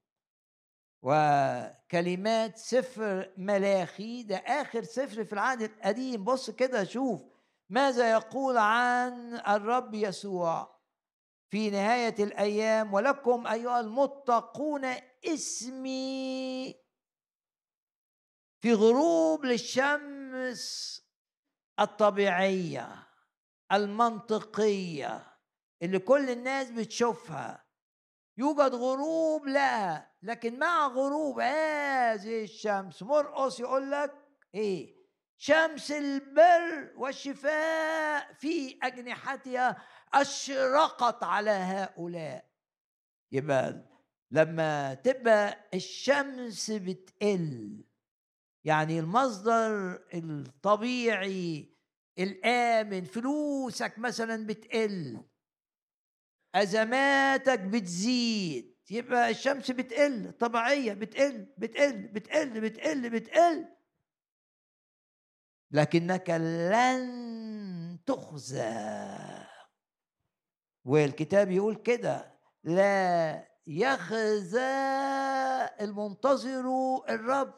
وكلمات سفر ملاخي، ده آخر سفر في العهد القديم. بص كده شوف ماذا يقول عن الرب يسوع في نهاية الأيام: ولكم أيها المتقون اسمي في غروب للشمس الطبيعية المنطقية اللي كل الناس بتشوفها، يوجد غروب لها، لكن مع غروب هذه الشمس مرقس يقول لك ايه؟ شمس البر والشفاء في أجنحتها أشرقت على هؤلاء. يبقى لما تبقى الشمس بتقل، يعني المصدر الطبيعي الآمن، فلوسك مثلا بتقل، أزماتك بتزيد، يبقى الشمس بتقل طبيعية، بتقل بتقل بتقل بتقل بتقل، لكنك لن تخزى. والكتاب يقول كده: لا يخزى المنتظر الرب،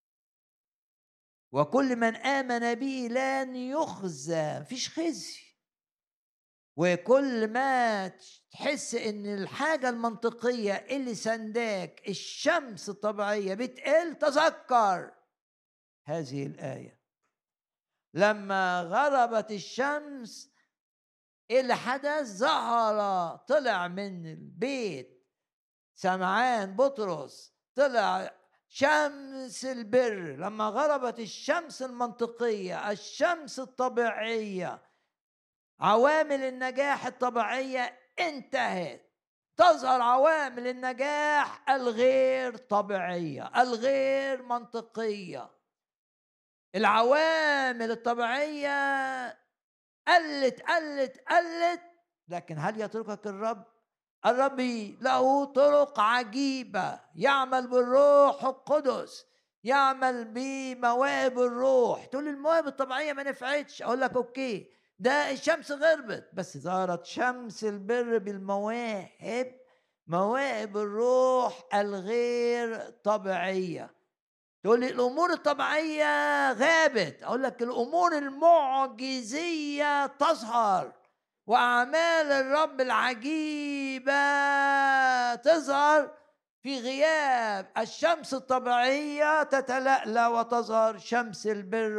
وكل من آمن به لن يخزى. مفيش خزي. وكل ما تحس ان الحاجة المنطقية اللي سنداك الشمس الطبيعية بتقل، تذكر هذه الآية: لما غربت الشمس ايه اللي حدث؟ ظهر، طلع من البيت سمعان بطرس، طلع شمس البر. لما غربت الشمس المنطقية، الشمس الطبيعية، عوامل النجاح الطبيعية انتهت، تظهر عوامل النجاح الغير طبيعية الغير منطقية. العوامل الطبيعية قلت قلت قلت، لكن هل يتركك الرب؟ الرب له طرق عجيبة، يعمل بالروح القدس، يعمل بمواهب الروح. تقول المواهب الطبيعية ما نفعتش، أقول لك أوكي، ده الشمس غربت، بس ظهرت شمس البر بالمواهب، مواهب الروح الغير طبيعية. تقول لي الأمور الطبيعية غابت، أقول لك الأمور المعجزية تظهر، وأعمال الرب العجيبة تظهر في غياب الشمس الطبيعية. تتلألأ وتظهر شمس البر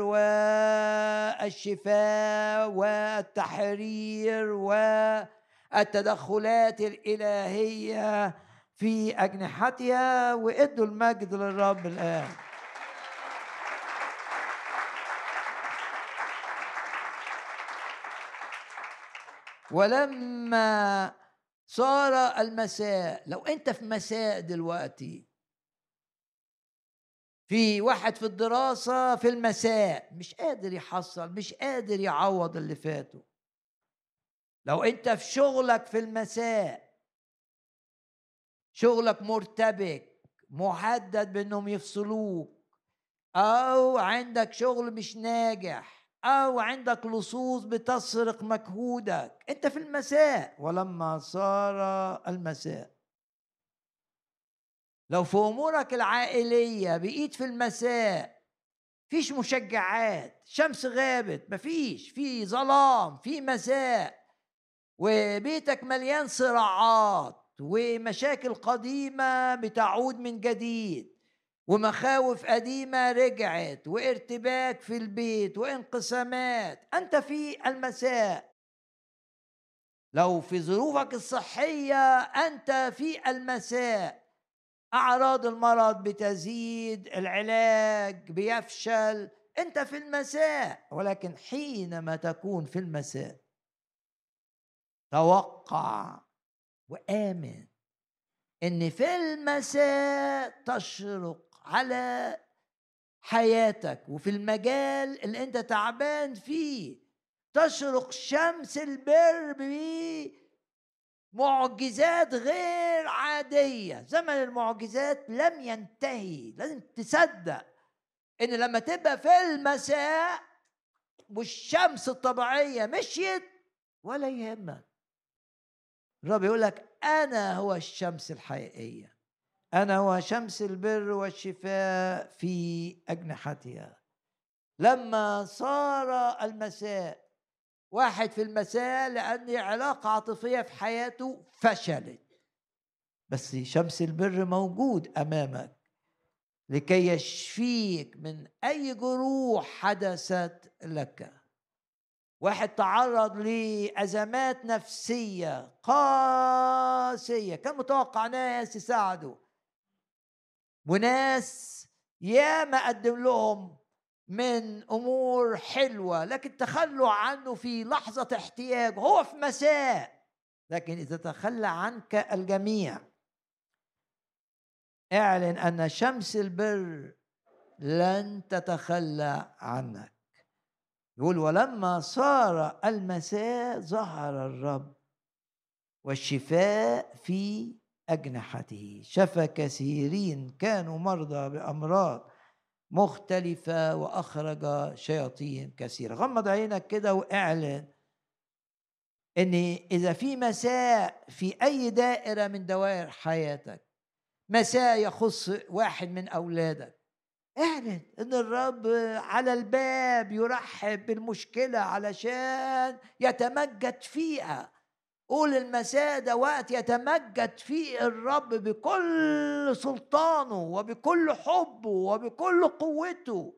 والشفاء والتحرير والتدخلات الإلهية في أجنحتها. وإدوا المجد للرب الآن. ولما صار المساء، لو انت في مساء دلوقتي، في واحد في الدراسة في المساء مش قادر يحصل، مش قادر يعوض اللي فاته، لو انت في شغلك في المساء، شغلك مرتبك مهدد بانهم يفصلوك، او عندك شغل مش ناجح، أو عندك لصوص بتسرق مجهودك، أنت في المساء. ولما صار المساء، لو في أمورك العائلية بقيت في المساء، فيش مشجعات، شمس غابت، مفيش، في ظلام، في مساء، وبيتك مليان صراعات ومشاكل قديمة بتعود من جديد، ومخاوف قديمة رجعت، وارتباك في البيت وانقسامات، أنت في المساء. لو في ظروفك الصحية أنت في المساء، أعراض المرض بتزيد، العلاج بيفشل، أنت في المساء. ولكن حينما تكون في المساء، توقع وآمن إن في المساء تشرق على حياتك، وفي المجال اللي انت تعبان فيه تشرق شمس البر معجزات غير عادية. زمن المعجزات لم ينتهي. لازم تصدق ان لما تبقى في المساء والشمس الطبيعية مشيت ولا يهمك. الرب يقول لك أنا هو الشمس الحقيقية، أنا هو شمس البر والشفاء في أجنحتها. لما صار المساء، واحد في المساء لأن علاقة عاطفية في حياته فشلت، بس شمس البر موجود أمامك لكي يشفيك من أي جروح حدثت لك. واحد تعرض لأزمات نفسية قاسية، كان متوقع ناس يساعده وناس ياما قدم لهم من أمور حلوة، لكن تخلوا عنه في لحظة احتياج. هو في مساء، لكن إذا تخلى عنك الجميع اعلن أن شمس البر لن تتخلى عنك. يقول ولما صار المساء ظهر الرب والشفاء في أجنحته، شفى كثيرين كانوا مرضى بأمراض مختلفة وأخرج شياطين كثيرة. غمض عينك كده واعلن إن إذا في مساء في أي دائرة من دوائر حياتك، مساء يخص واحد من أولادك، اعلن ان الرب على الباب يرحب بالمشكلة علشان يتمجد فيها. قول المساء ده وقت يتمجد فيه الرب بكل سلطانه وبكل حبه وبكل قوته.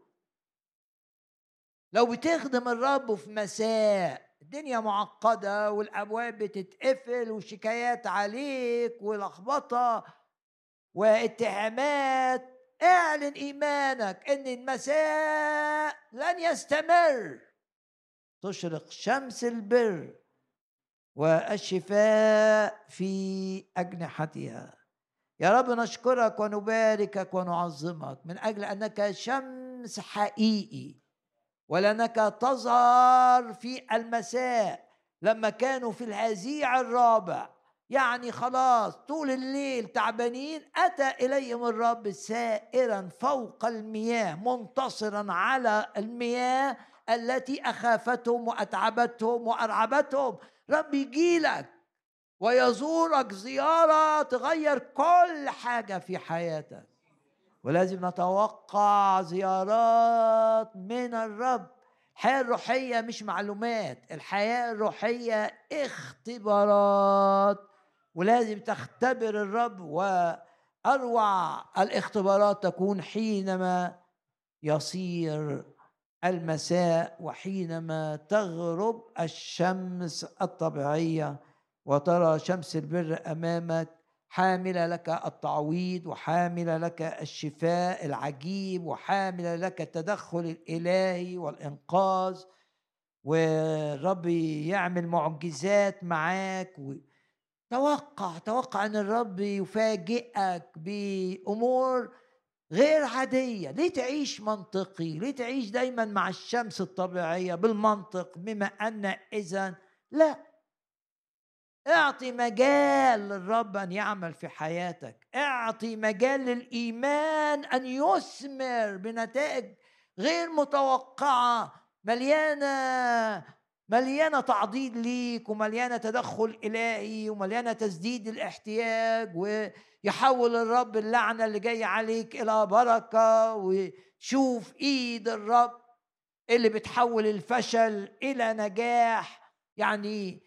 لو بتخدم الرب في مساء الدنيا معقدة والأبواب بتتقفل وشكايات عليك ولخبطة واتهامات، اعلن إيمانك إن المساء لن يستمر. تشرق شمس البر والشفاء في أجنحتها. يا رب نشكرك ونباركك ونعظمك من أجل أنك شمس حقيقي، ولأنك تظهر في المساء. لما كانوا في الهزيع الرابع، يعني خلاص طول الليل تعبانين، أتى إليهم الرب سائرا فوق المياه منتصرا على المياه التي أخافتهم وأتعبتهم وأرعبتهم. رب يجيلك ويزورك زيارة تغير كل حاجة في حياتك، ولازم نتوقع زيارات من الرب. الحياة الروحية مش معلومات، الحياة الروحية اختبارات، ولازم تختبر الرب. وأروع الاختبارات تكون حينما يصير المساء وحينما تغرب الشمس الطبيعية وترى شمس البر أمامك حاملة لك التعويض وحاملة لك الشفاء العجيب وحاملة لك التدخل الإلهي والإنقاذ، والرب يعمل معجزات معاك. توقع توقع أن الرب يفاجئك بأمور غير عادية. ليه تعيش منطقي؟ ليه تعيش دايما مع الشمس الطبيعية بالمنطق بما أن إذن؟ لا، اعطي مجال للرب أن يعمل في حياتك. اعطي مجال للإيمان أن يثمر بنتائج غير متوقعة، مليانة مليانة تعضيد ليك ومليانة تدخل إلهي ومليانة تسديد الاحتياج، ويحول الرب اللعنة اللي جاية عليك إلى بركة، وشوف إيد الرب اللي بتحول الفشل إلى نجاح. يعني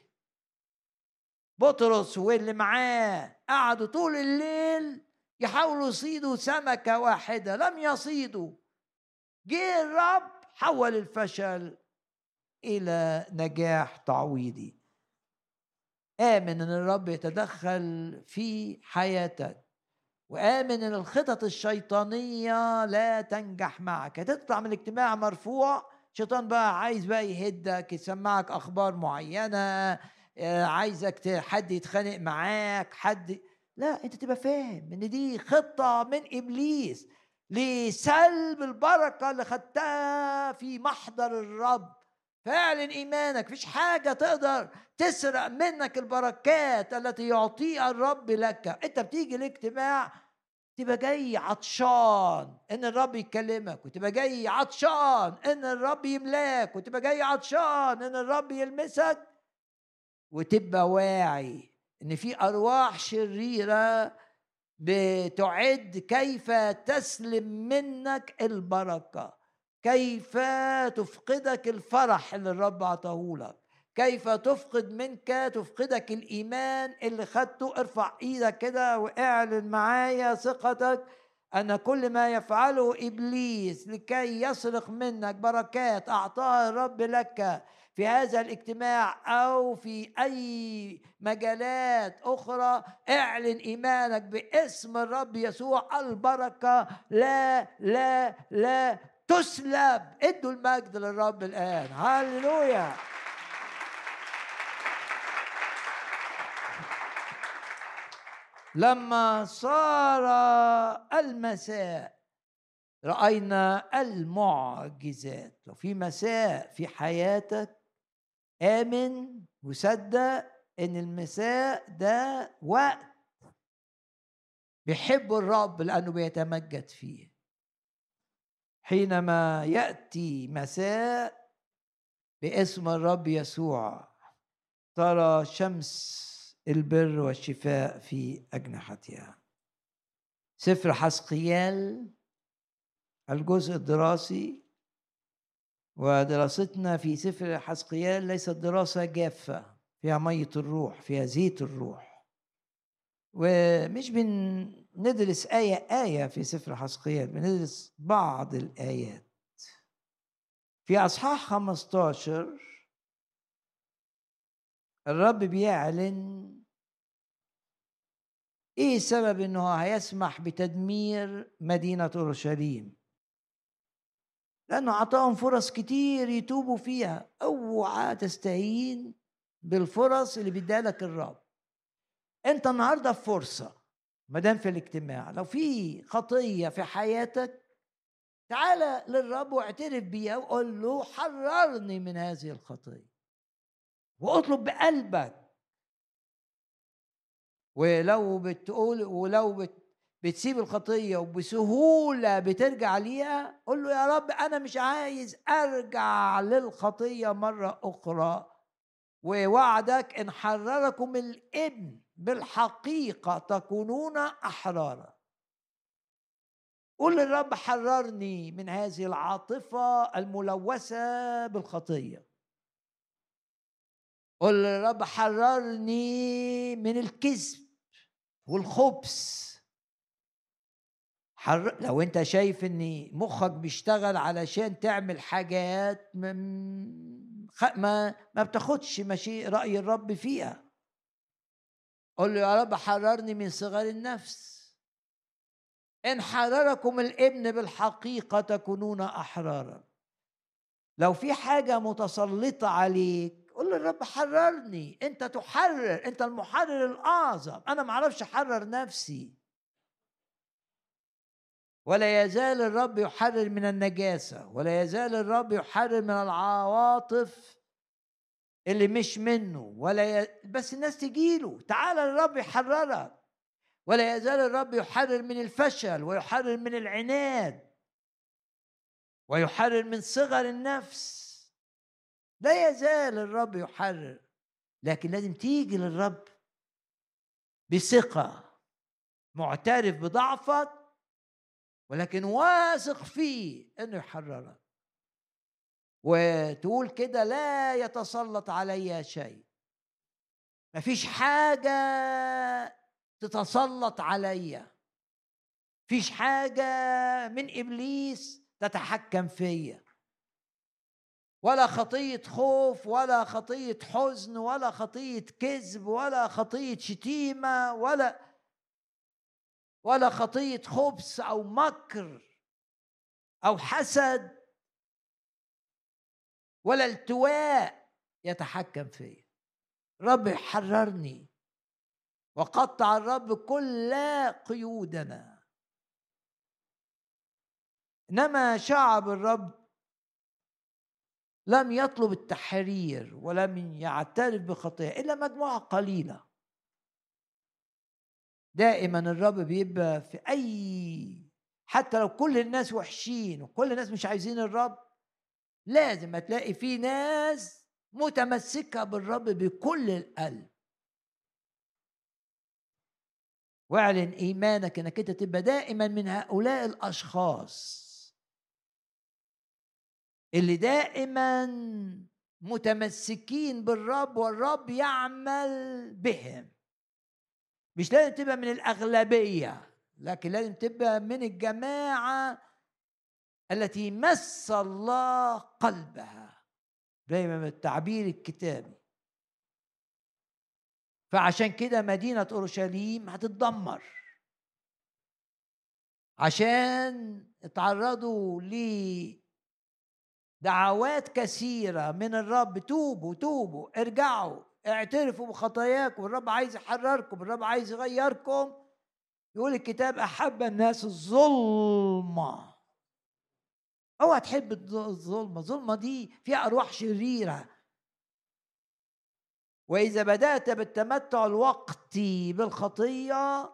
بطرس واللي معاه قعدوا طول الليل يحاولوا يصيدوا سمكة واحدة، لم يصيدوا. جه الرب حول الفشل إلى نجاح تعويضي. آمن أن الرب يتدخل في حياتك، وآمن أن الخطط الشيطانية لا تنجح معك. هتطلع من الاجتماع مرفوع، شيطان بقى عايز بقى يهدك، يسمعك أخبار معينة، عايزك حد يتخانق معاك، حد. لا، انت تبقى فاهم ان دي خطة من إبليس لسلب البركة اللي خدتها في محضر الرب. فاعلن إيمانك. مفيش حاجة تقدر تسرق منك البركات التي يعطيها الرب لك. أنت بتيجي الاجتماع تبقى جاي عطشان إن الرب يكلمك، وتبقى جاي عطشان إن الرب يملاك، وتبقى جاي عطشان إن الرب يلمسك، وتبقى واعي إن في أرواح شريرة بتعد كيف تسلم منك البركة، كيف تفقدك الفرح اللي الرب عطاهولك، كيف تفقد منك تفقدك الإيمان اللي خدته. ارفع ايدك كده واعلن معايا ثقتك أن كل ما يفعله إبليس لكي يسرق منك بركات أعطاها الرب لك في هذا الاجتماع أو في أي مجالات أخرى، اعلن إيمانك باسم الرب يسوع. البركة لا لا لا تسلب. ادوا المجد للرب الآن. هاللويا. لما صار المساء رأينا المعجزات. لو في مساء في حياتك آمن وصدق إن المساء ده وقت بيحب الرب لأنه بيتمجد فيه. حينما يأتي مساء باسم الرب يسوع ترى شمس البر والشفاء في أجنحتها. سفر حزقيال الجزء الدراسي، ودراستنا في سفر حزقيال ليست دراسة جافة فيها مية الروح، فيها زيت الروح، ومش بندرس آية آية في سفر حزقيال، بندرس بعض الآيات. في أصحاح خمسة عشر الرب بيعلن ايه سبب انه هيسمح بتدمير مدينة اورشليم، لانه عطاهم فرص كتير يتوبوا فيها. اوعى تستهين بالفرص اللي بيديها لك الرب. انت النهارده فرصة، ما دام في الاجتماع لو في خطية في حياتك تعالى للرب واعترف بيها وقول له حررني من هذه الخطية، واطلب بقلبك. ولو بتقول ولو بت بتسيب الخطية وبسهولة بترجع ليها، قل له يا رب أنا مش عايز أرجع للخطية مرة أخرى، ووعدك إن حرركم الابن بالحقيقة تكونون أحرارا. قل للرب حررني من هذه العاطفة الملوثة بالخطية. قل للرب حررني من الكذب والخبث. حر... لو انت شايف ان مخك بيشتغل علشان تعمل حاجات ما ما, ما بتاخدش ماشي رأي الرب فيها، قل له يا رب حررني من صغار النفس. ان حرركم الابن بالحقيقة تكونون احرارا. لو في حاجة متسلطة عليك قل له الرب حررني. انت تحرر، انت المحرر الاعظم. انا ما اعرفش احرر نفسي. ولا يزال الرب يحرر من النجاسة، ولا يزال الرب يحرر من العواطف اللي مش منه، ولا ي... بس الناس تجيله تعالى الرب يحررك. ولا يزال الرب يحرر من الفشل، ويحرر من العناد، ويحرر من صغر النفس. لا يزال الرب يحرر، لكن لازم تيجي للرب بثقة، معترف بضعفك ولكن واثق فيه انه يحررك، وتقول كده لا يتسلط علي شيء. مفيش حاجة تتسلط علي، مفيش حاجة من إبليس تتحكم فيا، ولا خطية خوف، ولا خطية حزن، ولا خطية كذب، ولا خطية شتيمة، ولا ولا خطية خبث أو مكر أو حسد، ولا التواء يتحكم فيا. رب حررني، وقطع الرب كل قيودنا. إنما شعب الرب لم يطلب التحرير ولم يعترف بخطيئة إلا مجموعة قليلة. دائما الرب بيبقى في أي، حتى لو كل الناس وحشين وكل الناس مش عايزين الرب، لازم هتلاقي في ناس متمسكة بالرب بكل القلب. واعلن إيمانك إنك أنت تبقى دائما من هؤلاء الأشخاص اللي دائما متمسكين بالرب والرب يعمل بهم. مش لازم تبقى من الأغلبية، لكن لازم تبقى من الجماعة التي مس الله قلبها، دايما من التعبير الكتابي. فعشان كده مدينة أورشليم هتتدمر، عشان اتعرضوا لدعوات كثيرة من الرب: توبوا توبوا، ارجعوا، اعترفوا بخطاياكم، الرب عايز يحرركم، الرب عايز يغيركم. يقول الكتاب: أحب الناس الظلمة. اوعى تحب الظلمة، الظلمة دي فيها أرواح شريرة. وإذا بدأت بالتمتع الوقتي بالخطية،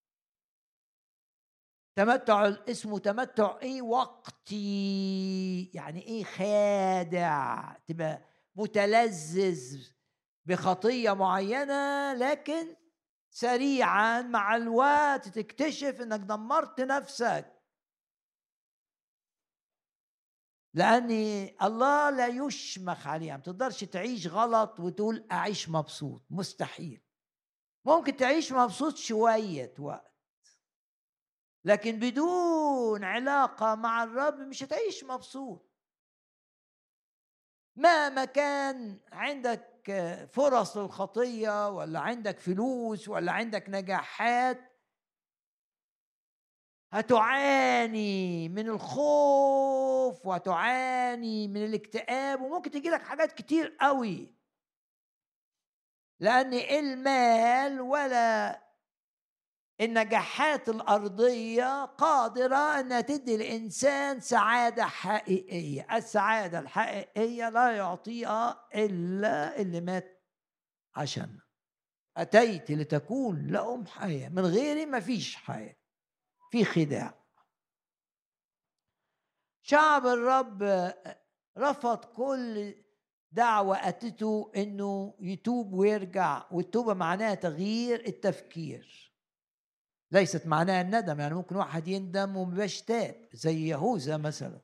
تمتع اسمه تمتع ايه؟ وقتي. يعني ايه؟ خادع، تبقى متلذذ بخطية معينة، لكن سريعا مع الوقت تكتشف انك دمرت نفسك. لأن الله لا يشمخ عليها. ما تقدرش تعيش غلط وتقول أعيش مبسوط، مستحيل. ممكن تعيش مبسوط شوية وقت، لكن بدون علاقة مع الرب مش هتعيش مبسوط. مهما كان عندك فرص للخطية، ولا عندك فلوس، ولا عندك نجاحات، هتعاني من الخوف وهتعاني من الاكتئاب، وممكن تجي لك حاجات كتير قوي. لأن المال ولا النجاحات الأرضية قادرة أن تدي الإنسان سعادة حقيقية. السعادة الحقيقية لا يعطيها إلا اللي مات عشان أتيت لتكون لهم حياة، من غيري ما فيش حياة، في خداع. شعب الرب رفض كل دعوة أتته إنه يتوب ويرجع، والتوبة معناها تغيير التفكير، ليست معناها الندم. يعني ممكن واحد يندم ومبقاش تاب، زي يهوذا مثلا،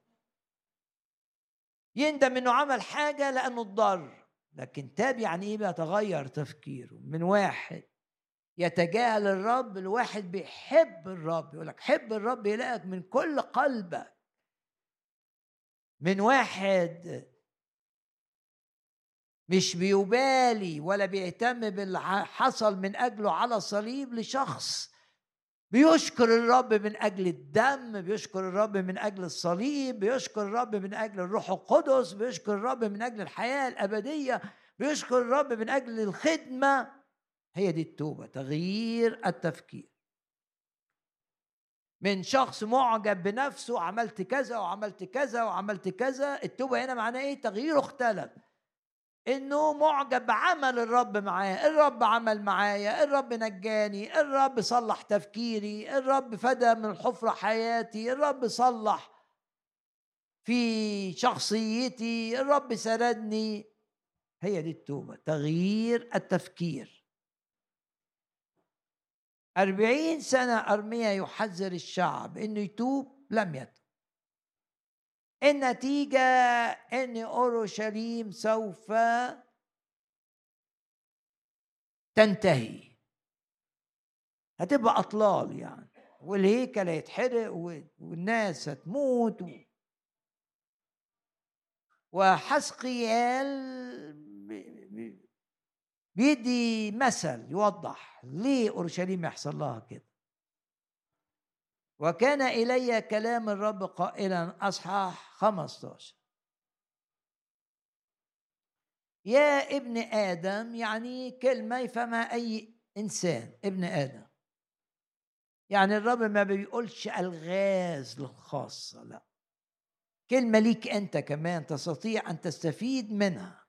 يندم إنه عمل حاجة لأنه اتضر، لكن تاب. يعني إيه؟ بيتغير تفكيره من واحد يتجاهل الرب لواحد بيحب الرب. يقول لك حب الرب يلاقيك من كل قلبك، من واحد مش بيبالي ولا بيهتم باللي حصل من أجله على الصليب، لشخص بيشكر الرب من أجل الدم، بيشكر الرب من أجل الصليب، بيشكر الرب من أجل الروح القدس، بيشكر الرب من أجل الحياة الأبدية، بيشكر الرب من أجل الخدمة. هي دي التوبة، تغيير التفكير من شخص معجب بنفسه، عملت كذا وعملت كذا وعملت كذا. التوبة هنا معناه ايه؟ تغييره اختلف، انه معجب بعمل الرب معاه. الرب عمل معايا، الرب نجاني، الرب صلح تفكيري، الرب فدى من الحفرة حياتي، الرب صلح في شخصيتي، الرب سردني. هي دي التوبة، تغيير التفكير. أربعين سنة أرميا يحذر الشعب إنه يتوب، لم يتوب. النتيجة إن أورشليم سوف تنتهي، هتبقى أطلال يعني، والهيكل هيتحرق والناس هتموت. وحسقيال بيدي مثل يوضح ليه أورشليم يحصل لها كده. وكان إلي كلام الرب قائلا، أصحاح خمسة عشر: يا ابن آدم، يعني كلمة يفهمها أي إنسان، ابن آدم. يعني الرب ما بيقولش ألغاز للخاصة، لا، كلمة ليك أنت كمان تستطيع أن تستفيد منها.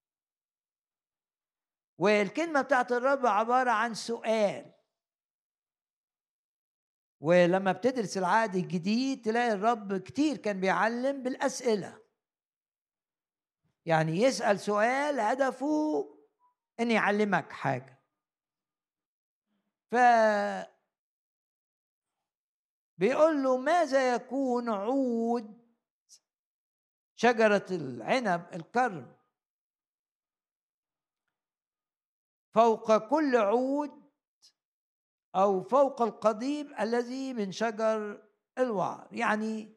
والكلمة بتاعت الرب عبارة عن سؤال. ولما بتدرس العهد الجديد تلاقي الرب كتير كان بيعلم بالأسئلة، يعني يسأل سؤال هدفه أن يعلمك حاجة. ف بيقول له ماذا يكون عود شجرة العنب الكرم فوق كل عود أو فوق القضيب الذي من شجر الوعر. يعني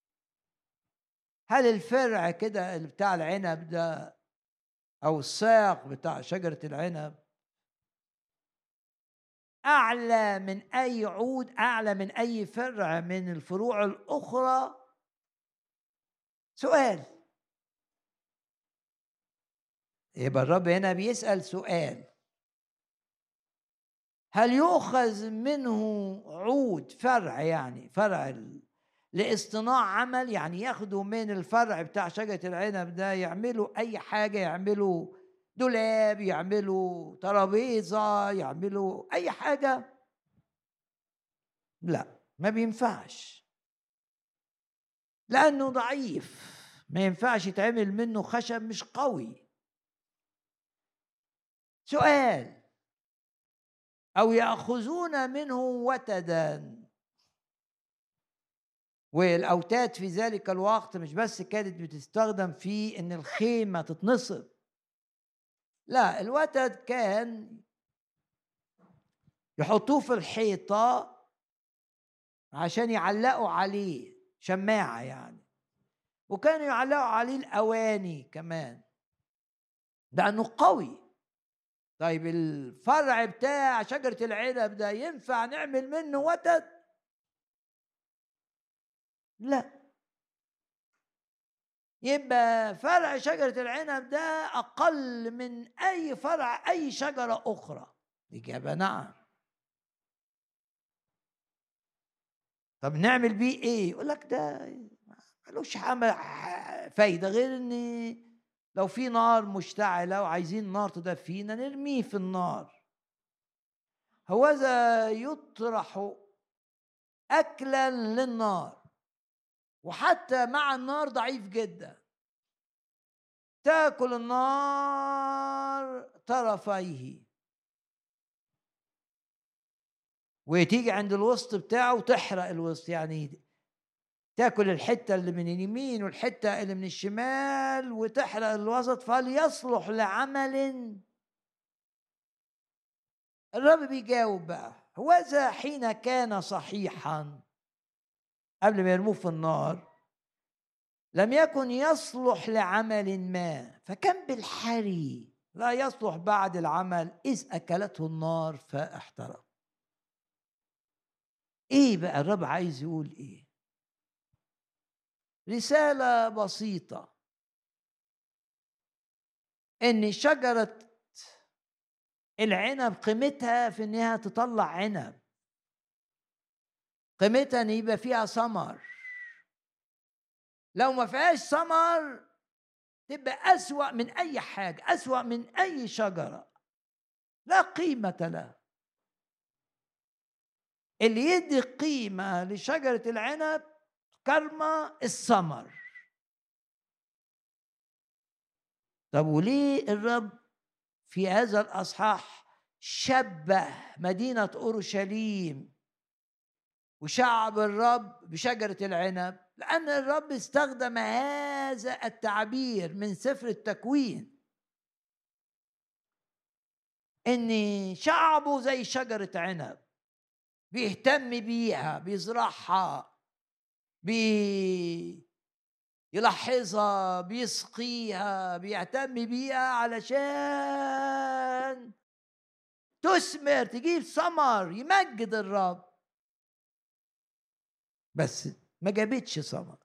هل الفرع كده اللي بتاع العنب ده أو الساق بتاع شجرة العنب أعلى من أي عود، أعلى من أي فرع من الفروع الأخرى؟ سؤال. يبقى الرب هنا بيسأل سؤال، هل يؤخذ منه عود فرع، يعني فرع لاصطناع عمل، يعني ياخدوا من الفرع بتاع شجرة العنب ده يعملوا أي حاجة، يعملوا دولاب، يعملوا ترابيزة، يعملوا أي حاجة؟ لا، ما بينفعش، لأنه ضعيف، ما ينفعش يتعمل منه خشب مش قوي. سؤال، أو يأخذون منه وتدا. والأوتاد في ذلك الوقت مش بس كانت بتستخدم في إن الخيمة تتنصب، لا، الوتد كان يحطوه في الحيطة عشان يعلقوا عليه شماعة يعني، وكانوا يعلقوا عليه الأواني كمان لأنه قوي. طيب الفرع بتاع شجرة العنب ده ينفع نعمل منه وتد؟ لا. يبقى فرع شجرة العنب ده أقل من أي فرع أي شجرة أخرى. الإجابة نعم. طب نعمل بيه إيه؟ يقول لك ده ملوش فايدة غير إن لو في نار مشتعلة وعايزين نار تدفينا نرميه في النار. هوذا يطرح أكلا للنار، وحتى مع النار ضعيف جدا، تأكل النار طرفيه وتيجي عند الوسط بتاعه وتحرق الوسط، يعني تأكل الحتة اللي من اليمين والحتة اللي من الشمال وتحرق الوسط، فليصلح لعمل. الرب بيجاوب بقى، هوذا حين كان صحيحا قبل ما يرموه في النار لم يكن يصلح لعمل ما، فكان بالحري لا يصلح بعد العمل إذ أكلته النار فاحترق. إيه بقى الرب عايز يقول إيه؟ رسالة بسيطة، إن شجرة العنب قيمتها في إنها تطلع عنب، قيمتها إن يبقى فيها ثمر. لو ما فيهاش ثمر تبقى أسوأ من أي حاجة، أسوأ من أي شجرة، لا قيمة لها. اللي يدي قيمة لشجرة العنب كرمة الثمر. طب وليه الرب في هذا الأصحاح شبه مدينة أورشليم وشعب الرب بشجرة العنب؟ لأن الرب استخدم هذا التعبير من سفر التكوين، إن شعبه زي شجرة عنب بيهتم بيها، بيزرعها، بيلاحظها، بيسقيها، بيهتم بيها علشان تثمر، تجيب ثمر يمجد الرب. بس ما جابتش ثمر،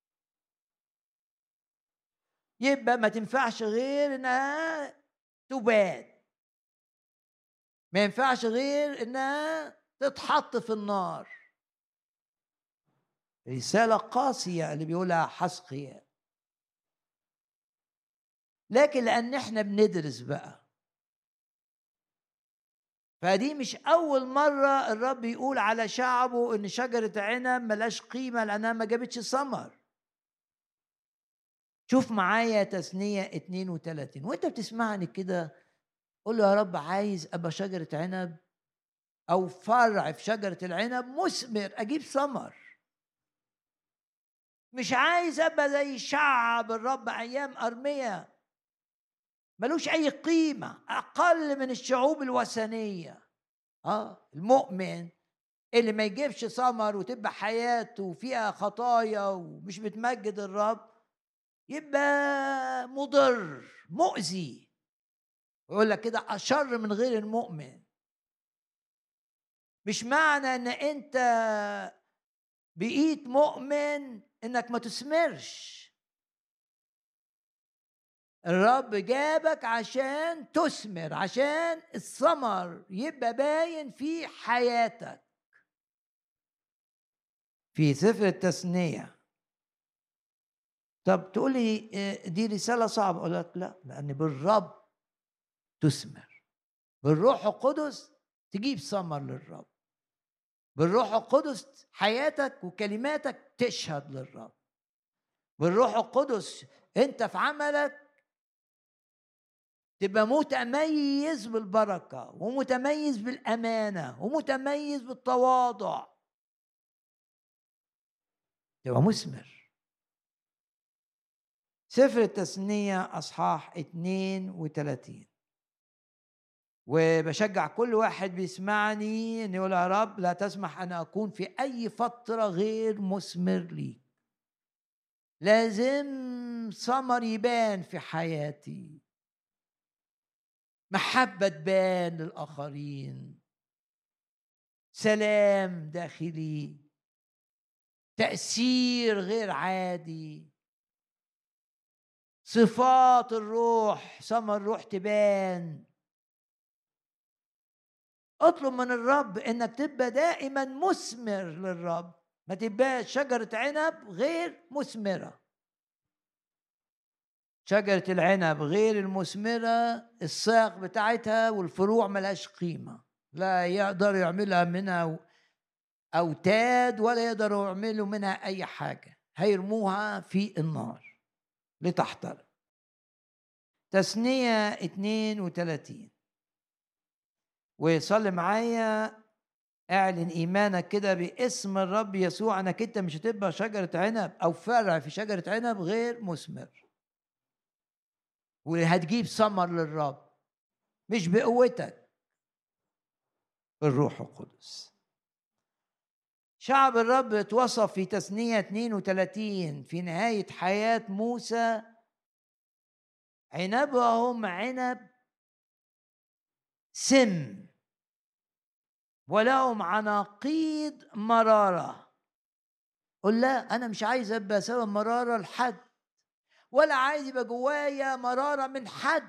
يبقى ما تنفعش غير انها تباد، ما ينفعش غير انها تتحط في النار. رسالة قاسية اللي بيقولها حسقيال، لكن لأن احنا بندرس بقى، فدي مش أول مرة الرب يقول على شعبه إن شجرة عنب ملاش قيمة لأنها ما جابتش ثمر. شوف معايا تثنية اتنين وتلاتين وانت بتسمعني كده، قول له يا رب عايز أبقى شجرة عنب أو فرع في شجرة العنب مثمر أجيب ثمر. مش عايز أبقى زي شعب الرب أيام أرميا ملوش أي قيمة، أقل من الشعوب الوثنية. آه المؤمن اللي ما يجيبش ثمر وتبقى حياته فيها خطايا ومش بتمجد الرب يبقى مضر مؤذي، يقول لك كده أشر من غير المؤمن. مش معنى ان انت بقيت مؤمن انك ما تثمرش. الرب جابك عشان تثمر، عشان الثمر يبقى باين في حياتك. في سفر التثنية. طب تقولي دي رسالة صعبة، أقول لك لا، لأن بالرب تثمر، بالروح القدس تجيب ثمر للرب، بالروح القدس حياتك وكلماتك تشهد للرب، بالروح القدس انت في عملك تبقى متميز بالبركة ومتميز بالأمانة ومتميز بالتواضع، تبقى مثمر. سفر التثنية أصحاح اتنين وتلاتين. وبشجع كل واحد بيسمعني أن يقول يا رب لا تسمح أن أكون في أي فترة غير مثمر ليك. لازم ثمر يبان في حياتي، محبة تبان للآخرين، سلام داخلي، تأثير غير عادي، صفات الروح، ثمر الروح تبان. اطلب من الرب انك تبقى دائما مثمر للرب، ما تبقاش شجرة عنب غير مثمرة. شجرة العنب غير المثمرة الساق بتاعتها والفروع ملهاش قيمة، لا يقدر يعملها منها أوتاد ولا يقدروا يعملوا منها أي حاجة، هيرموها في النار لتحترق. تثنية اتنين وتلاتين. وصلي معايا، اعلن ايمانك كده باسم الرب يسوع انك انت مش هتبقى شجرة عنب او فرع في شجرة عنب غير مثمر، وهتجيب ثمر للرب مش بقوتك، بالروح القدس. شعب الرب اتوصف في تثنية اتنين وتلاتين في نهاية حياة موسى عنبهم عنب سم ولهم عناقيد مرارة. قل لا، أنا مش عايز أبقى سبب مرارة لحد، ولا عايز يبقى جوايا مرارة من حد.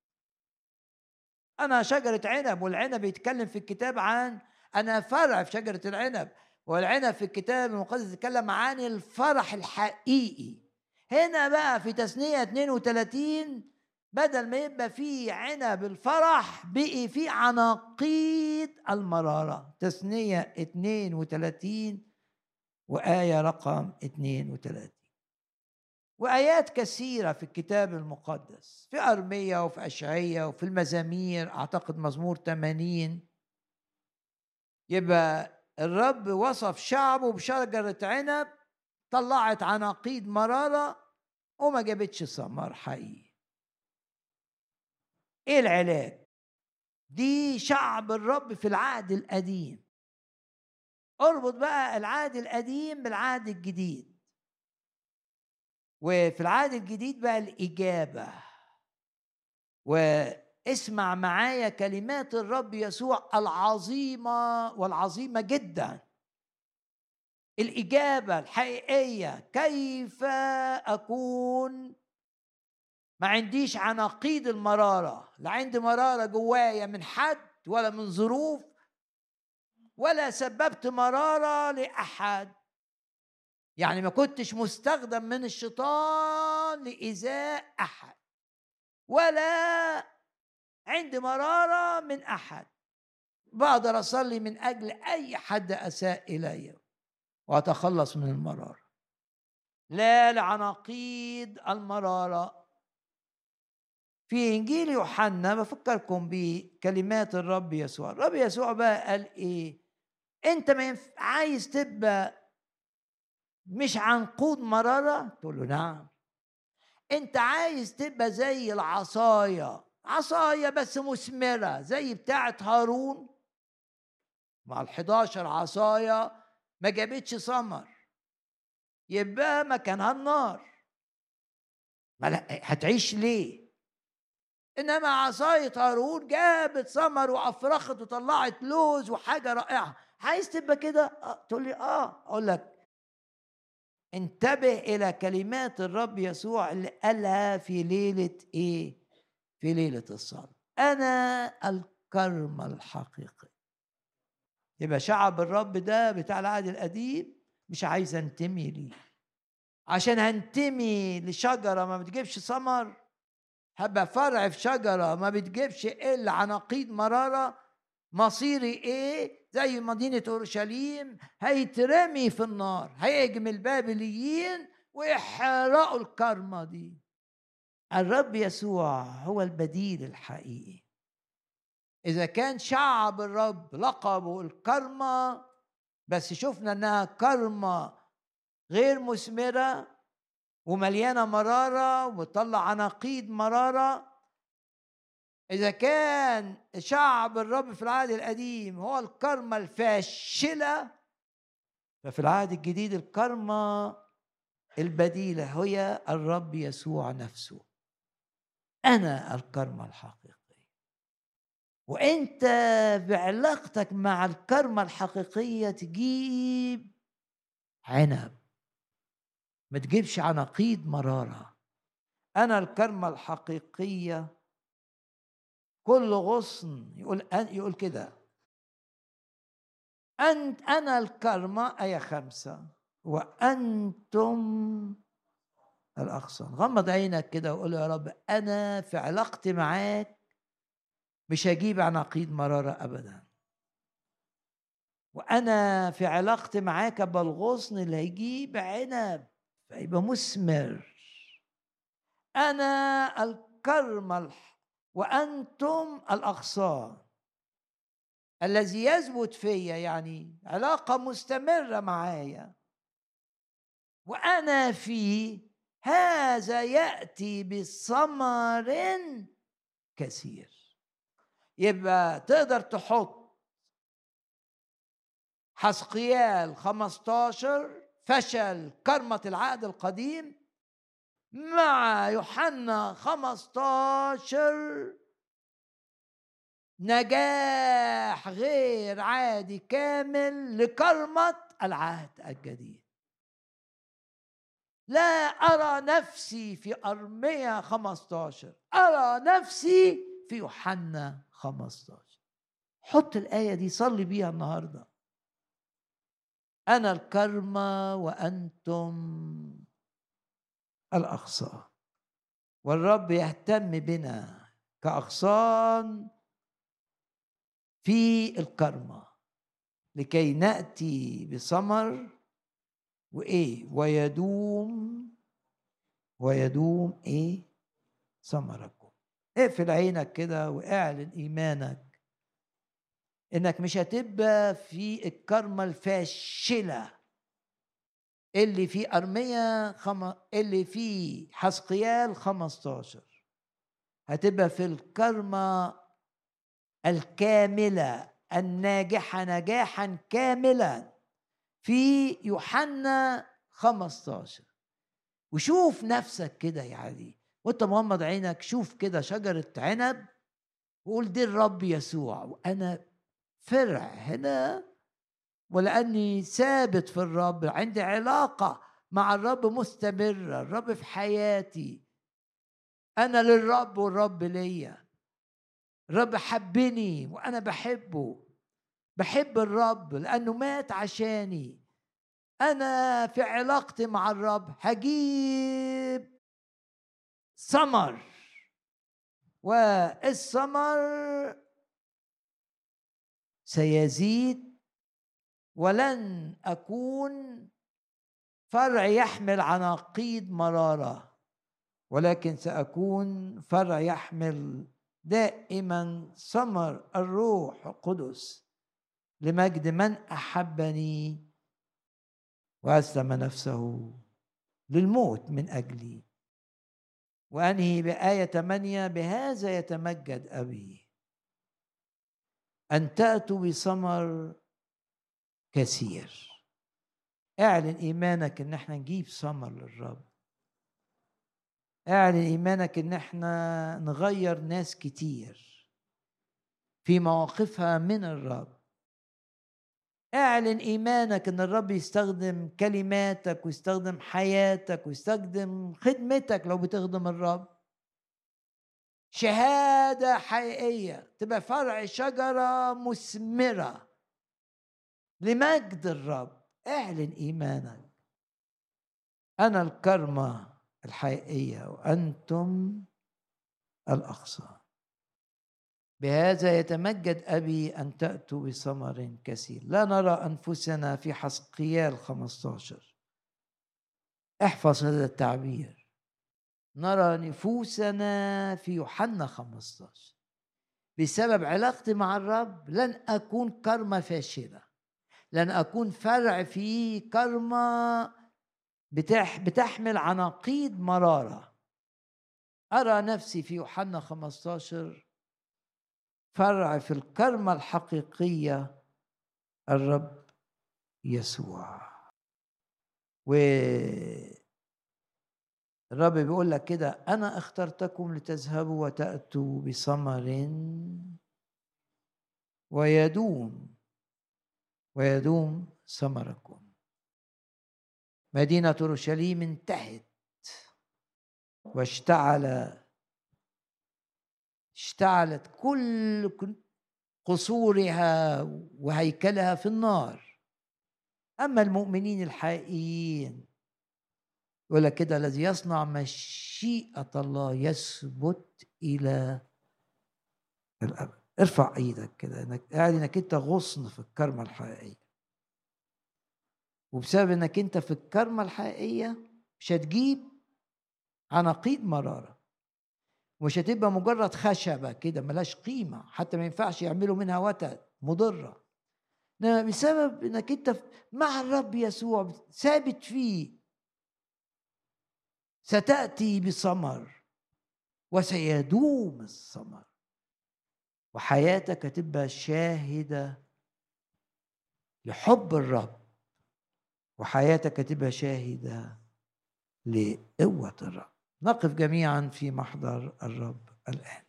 أنا شجرة عنب، والعنب يتكلم في الكتاب عن أنا فرع في شجرة العنب، والعنب في الكتاب المقدس يتكلم عن الفرح الحقيقي. هنا بقى في تثنية اتنين وتلاتين بدل ما يبقى فيه عنب الفرح بقي فيه عناقيد المرارة. تثنية اتنين وتلاتين وآية رقم اتنين وتلاتين. وآيات كثيرة في الكتاب المقدس، في أرمية وفي أشعية وفي المزامير، أعتقد مزمور ثمانين. يبقى الرب وصف شعبه بشجرة عنب طلعت عناقيد مرارة وما جابتش ثمر حقيقي. ايه العلاج؟ دي شعب الرب في العهد القديم. اربط بقى العهد القديم بالعهد الجديد، وفي العهد الجديد بقى الإجابة. واسمع معايا كلمات الرب يسوع العظيمة والعظيمة جدا، الإجابة الحقيقية. كيف أكون ما عنديش عناقيد المرارة؟ لا عندي مرارة جوايا من حد ولا من ظروف، ولا سببت مرارة لأحد. يعني ما كنتش مستخدم من الشيطان لإيذاء أحد، ولا عندي مرارة من أحد. بقدر أصلي من أجل أي حد أساء إلي وأتخلص من المرارة، لا لعناقيد المرارة. في إنجيل يوحنا بفكركم بكلمات الرب يسوع. الرب يسوع بقى قال إيه؟ أنت ما ينف... عايز تبقى مش عنقود مرارة؟ تقول له نعم. أنت عايز تبقى زي العصاية، عصاية بس مثمرة زي بتاعة هارون مع الحداشر عصاية ما جابتش ثمر، يبقى مكانها النار. ما لا هتعيش ليه؟ انما عصاية هارون جابت ثمر وافرخت وطلعت لوز وحاجة رائعة. عايز تبقى كده؟ آه. تقول لي اه. اقول لك انتبه الى كلمات الرب يسوع اللي قالها في ليلة ايه؟ في ليلة الصلاة. انا الكرم الحقيقي. يبقى شعب الرب ده بتاع العهد القديم مش عايز انتمي ليه، عشان هنتمي لشجرة ما بتجيبش ثمر، هبقى فرع في شجرة ما بتجيبش إلا عناقيد مرارة، مصيري إيه؟ زي مدينة أورشليم هيترمي في النار، هيهجم البابليين ويحرقوا الكرمة دي. الرب يسوع هو البديل الحقيقي. إذا كان شعب الرب لقبه الكرمة، بس شفنا إنها كرمة غير مثمرة ومليانة مرارة وطلع عناقيد مرارة. إذا كان شعب الرب في العهد القديم هو الكرمة الفاشلة، ففي العهد الجديد الكرمة البديلة هي الرب يسوع نفسه. أنا الكرمة الحقيقية. وأنت بعلاقتك مع الكرمة الحقيقية تجيب عنب، ما تجيبش عناقيد مرارة. أنا الكرمة الحقيقية. كل غصن يقول يقول كده أنت أنا الكرمة، آية خمسة، وأنتم الأغصان. غمض عينك كده وقول يا رب أنا في علاقتي معاك مش هجيب عناقيد مرارة أبدا، وأنا في علاقتي معاك بالغصن اللي هيجيب عنب فيبقى مثمر. أنا الكرمة وأنتم الأغصان. الذي يثبت فيا يعني علاقة مستمرة معايا وأنا فيه، هذا يأتي بثمر كثير. يبقى تقدر تحط حسقيال خمستاشر فشل كرمة العهد القديم مع يوحنا خمستاشر نجاح غير عادي كامل لكرمة العهد الجديد. لا أرى نفسي في أرميا خمستاشر، أرى نفسي في يوحنا خمستاشر. حط الآية دي، صلي بيها النهاردة. أنا الكرمة وأنتم الأغصان. والرب يهتم بنا كأغصان في الكرمة لكي نأتي بثمر وإيه ويدوم ويدوم إيه ثمركم. اقفل عينك كده واعلن إيمانك إنك مش هتبقى في الكرمة الفاشلة اللي في أرميا خم... اللي في حسقيال خمستاشر. هتبقى في الكرمة الكاملة الناجحة نجاحا كاملا في يوحنا خمستاشر. وشوف نفسك كده يعني وانت مغمض عينك، شوف كده شجرة عنب وقول دي الرب يسوع، وأنا فرع هنا ولأني ثابت في الرب، عندي علاقة مع الرب مستمرة، الرب في حياتي، أنا للرب والرب ليا. الرب حبني وأنا بحبه، بحب الرب لأنه مات عشاني. أنا في علاقتي مع الرب هجيب ثمر، والثمر سيزيد، ولن أكون فرع يحمل عناقيد مرارة، ولكن سأكون فرع يحمل دائما ثمر الروح القدس لمجد من أحبني وأسلم نفسه للموت من أجلي. وأنهي بآية ثمانية: بهذا يتمجد أبي أن تأتوا بثمر كثير. اعلن إيمانك إن احنا نجيب ثمر للرب. اعلن إيمانك إن احنا نغير ناس كتير في مواقفها من الرب. اعلن إيمانك إن الرب يستخدم كلماتك ويستخدم حياتك ويستخدم خدمتك لو بتخدم الرب. شهادة حقيقية تبقى فرع شجرة مثمرة لمجد الرب. اعلن إيمانك: أنا الكرمة الحقيقية وأنتم الأغصان. بهذا يتمجد أبي أن تأتوا بثمر كثير. لا نرى أنفسنا في حزقيال خمسة عشر، احفظ هذا التعبير، نرى نفوسنا في يوحنا خمسة عشر. بسبب علاقتي مع الرب لن أكون كرمة فاشلة، لن أكون فرع في كرمة بتح بتحمل عناقيد مرارة. أرى نفسي في يوحنا خمسة عشر فرع في الكرمة الحقيقية الرب يسوع. والرب بيقول لك كده: أنا اخترتكم لتذهبوا وتأتوا بثمر ويدوم ويدوم ثمركم. مدينة اورشليم انتهت واشتعل اشتعلت كل قصورها وهيكلها في النار. أما المؤمنين الحقيقيين يقول لك كده: الذي يصنع مشيئة الله يثبت إلى الأبد. ارفع ايدك كده انك قاعد انك انت غصن في الكرمة الحقيقية، وبسبب انك انت في الكرمة الحقيقية مش هتجيب عناقيد مرارة، مش هتبقى مجرد خشبة كده ملاش قيمة، حتى ما ينفعش يعملوا منها وتد مضرة. بسبب انك انت مع الرب يسوع ثابت فيه ستأتي بثمر وسيدوم الثمر، وحياتك هتبقى شاهدة لحب الرب، وحياتك هتبقى شاهدة لقوة الرب. نقف جميعا في محضر الرب الآن.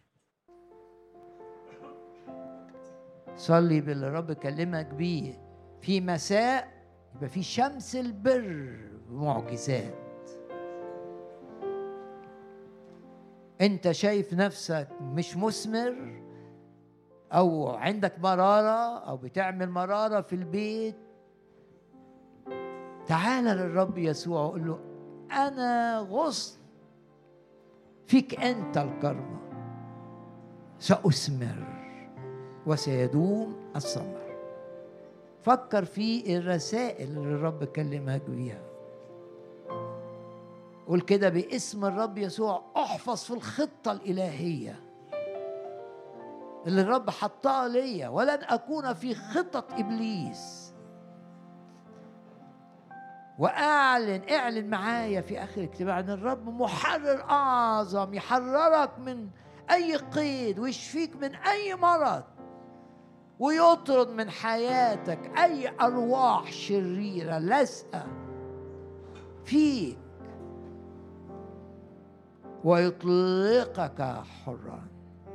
صلي باللي الرب كلمك بيه في مساء، يبقى في شمس البر ومعجزات. انت شايف نفسك مش مثمر او عندك مرارة او بتعمل مرارة في البيت، تعال للرب يسوع وقول له: انا غصن فيك انت الكرمة، سأثمر وسيدوم الثمر. فكر في الرسائل اللي الرب كلمك بيها، قول كده: باسم الرب يسوع احفظ في الخطة الإلهية اللي الرب حطها ليا، ولن أكون في خطط إبليس. وأعلن اعلن معايا في آخر اجتماع أن الرب محرر أعظم، يحررك من أي قيد ويشفيك من أي مرض ويطرد من حياتك أي أرواح شريرة لازقة فيك ويطلقك حرا.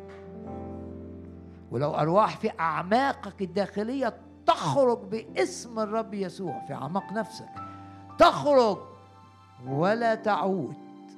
ولو أرواح في أعماقك الداخلية تخرج باسم الرب يسوع في أعماق نفسك، تخرج ولا تعود.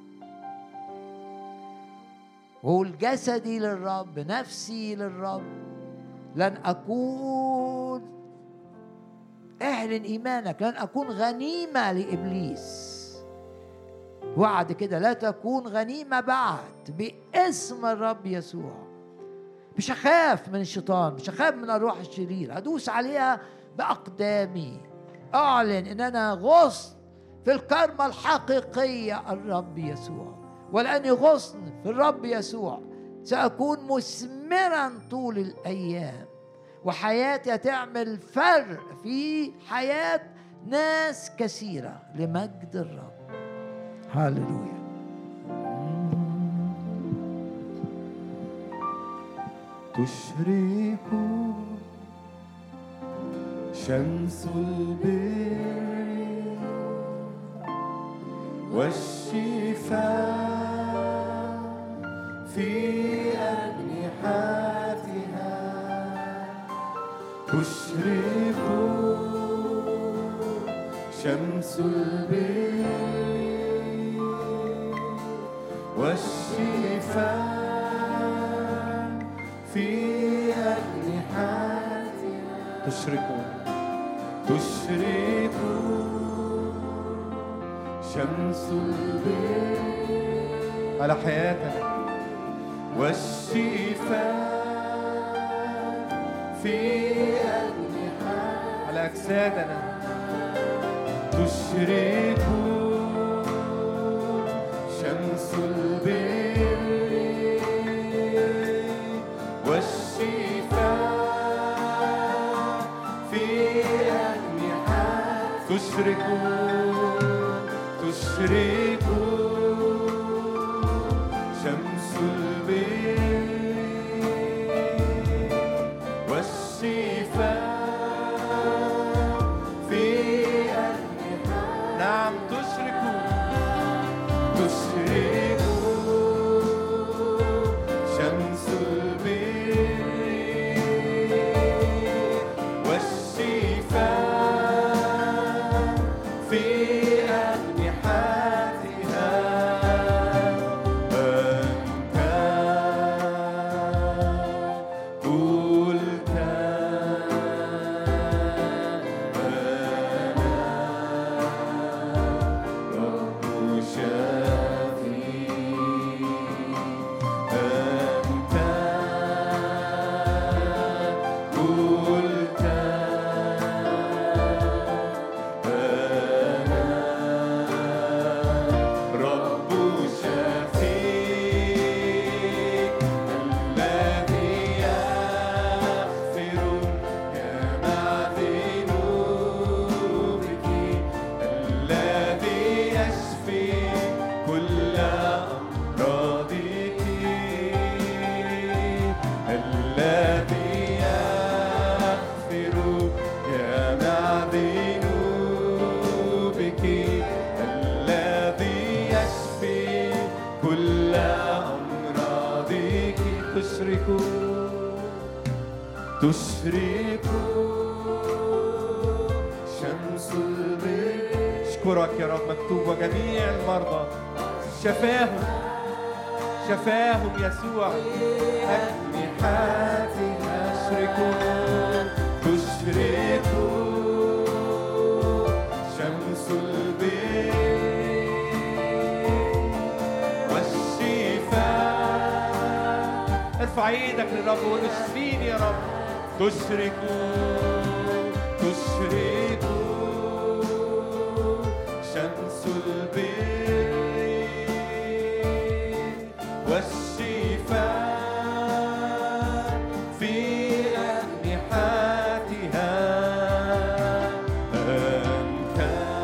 وقول: جسدي للرب، نفسي للرب، لن أكون اعلن إيمانك. لن أكون غنيمة لإبليس. وعد كده، لا تكون غنيمة بعد باسم الرب يسوع. مش هخاف من الشيطان، مش هخاف من الروح الشرير، هدوس عليها بأقدامي. أعلن إن أنا غصن في الكرمة الحقيقية الرب يسوع، ولأني غصن في الرب يسوع سأكون مثمرا طول الأيام، وحياتي هتعمل فرق في حياة ناس كثيرة لمجد الرب. هاللويا. تشرق شمس البر والشفاء في أجنحتها، تشرق شمس البر والشفاء في أجنحتها، تشرق تشرق شمس البر على حياتنا، والشفاء في أجنحتها على أجسادنا، تشرق شمس البر والشفاء في أجنحتها، تشرق تشرق شمس البر والشفاء في أجنحتها. نعم تشرق تشرق شمس البر والشفاء في أجنحتها. أنت قلت أنا رب شافي، أنت قلت أنا رب شفيك، الذي يغفر جميع ذنوبك، الذي يشفي كل أمراضك، الذي يغفر جميع ذنوبك، الذي يشفي كل أمراضك. تشرق تشرق شمس البر. اشكرك يا رب. مكتوب وجميع المرضى شفاهم شفاهم يسوع. أجنحتها تشرق تشرق شمس البر والشفاء. ارفع ايدك للرب وقول اشفيني يا رب. تشرق تشرق شمس البر والشفاء في أجنحتها. أنت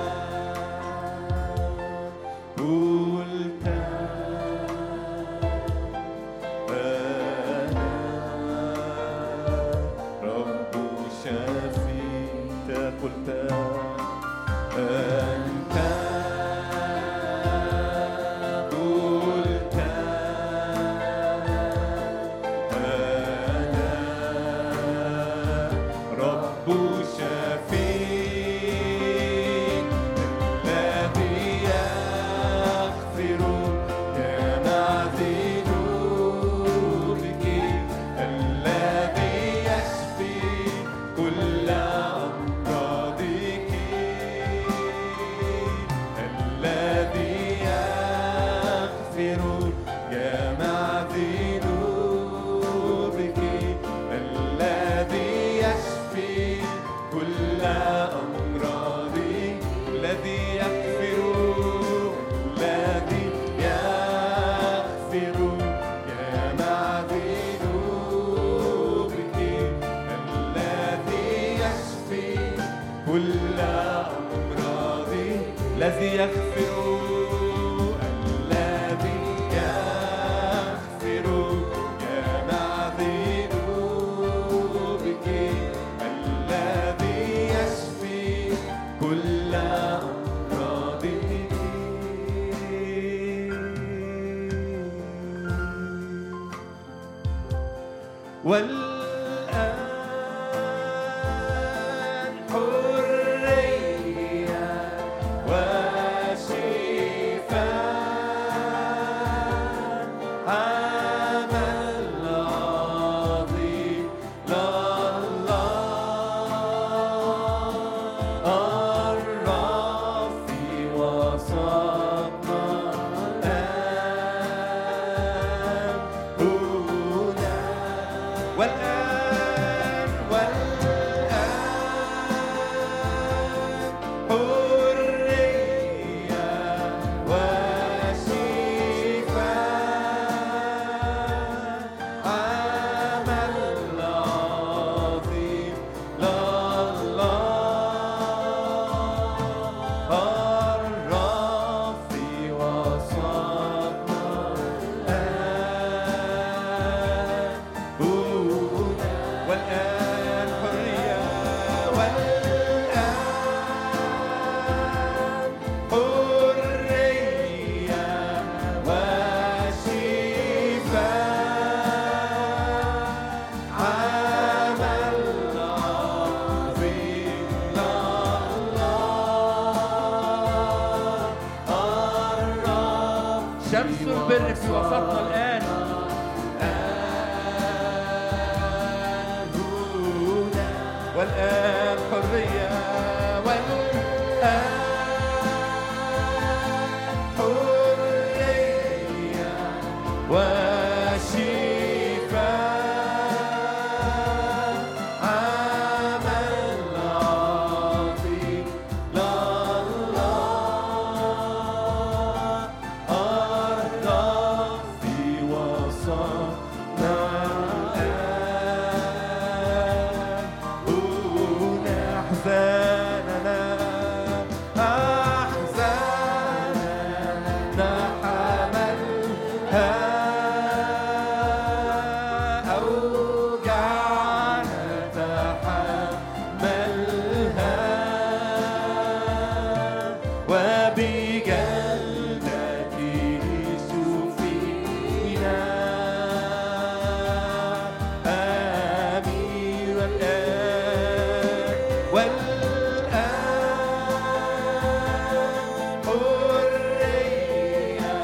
قلت أنا رب شافي، قلت أنت قلت أنا رب شفيك، الذي يغفر يغفر جميع ذنوبك، الذي يشفي كل أمراضي، الذي يغفر الذي يغفر جميع ذنوبك، الذي يشفي كل أمراضي، الذي يغفر الذي يغفر جميع ذنوبك، الذي يشفي كل أمراضك. والآن حرية وشفاء، عمل عظيم لله، الرب في وسطنا الآن هنا. والآن والآن حرية وشفاء، عمل عظيم لله، الرب في وسطنا الآن هنا. والآن حرية والآن حرية وشفاء، عمل عظيم لله، الرب شمس البر في وسطنا الآن. والآن حرية والآن حرية وشفاء، عمل عظيم لله، الرب في وسطنا الآن هنا. أحزاننا أحزاننا حملها، أوجعنا تحملها، وبجلدته شفينا. آمين. والآن والآن حرية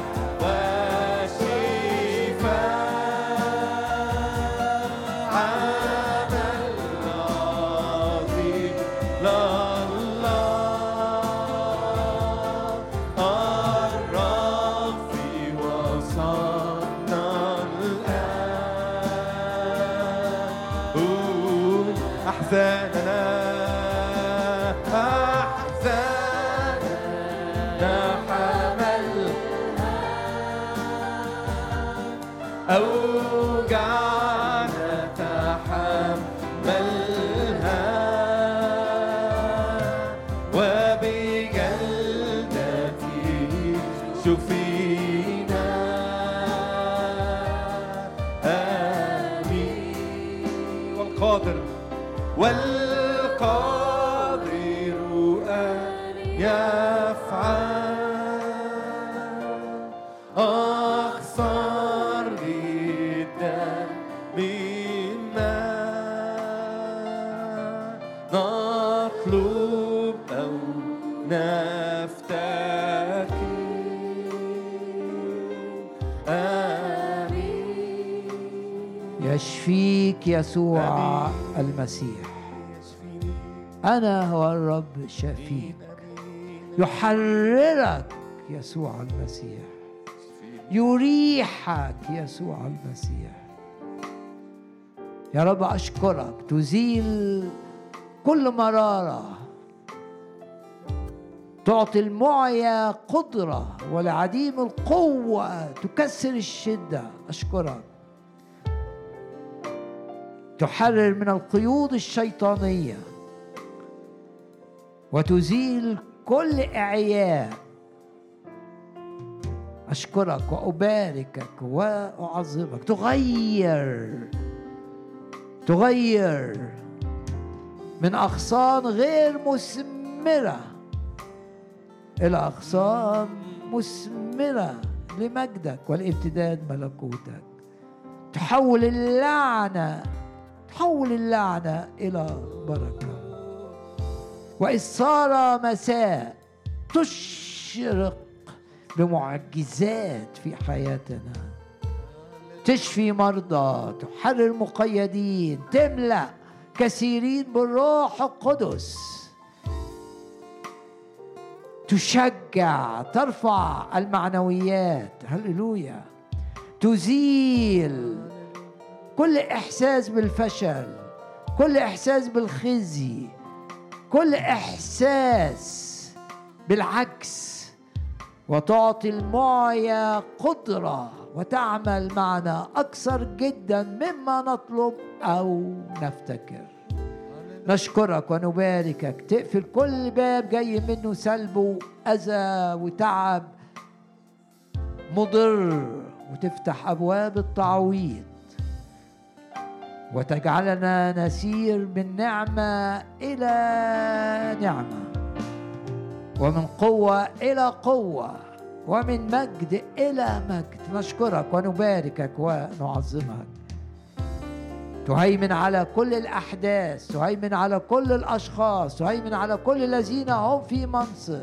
وشفاء، عمل عظيم لله، الرب في وسطنا الآن هنا. أحزاننا أحزاننا حملها، أوجعنا تحملها، وبجلدته شفينا. آمين. والقادر والقادر أن يفعل أكثر جدا مما نطلب أو نفتكر. آمين. يشفيك يسوع المسيح، أنا هو الرب شفيك. يحررك يسوع المسيح، يريحك يسوع المسيح. يا رب أشكرك، تزيل كل مرارة، تعطي المعيا قدرة ولعديم القوة تكسر الشدة. أشكرك، تحرر من القيود الشيطانية وتزيل كل إعياء. أشكرك وأباركك وأعظمك. تغير تغير من أغصان غير مثمرة إلى أغصان مثمرة لمجدك والامتداد ملكوتك. تحول اللعنة تحول اللعنة إلى بركة. وإذ صار مساء تشرق بمعجزات في حياتنا، تشفي مرضى، تحرر مقيدين، تملأ كثيرين بالروح القدس، تشجع، ترفع المعنويات. هللويا. تزيل كل إحساس بالفشل، كل إحساس بالخزي، كل إحساس بالعكس، وتعطي المعيا قدرة وتعمل معنا أكثر جدا مما نطلب أو نفتكر. نشكرك ونباركك. تقفل كل باب جاي منه سلب وأذى وتعب مضر، وتفتح أبواب التعويض، وتجعلنا نسير من نعمة إلى نعمة، ومن قوة إلى قوة، ومن مجد إلى مجد. نشكرك ونباركك ونعظمك. تهيمن على كل الأحداث، تهيمن على كل الأشخاص، تهيمن على كل الذين هم في منصب،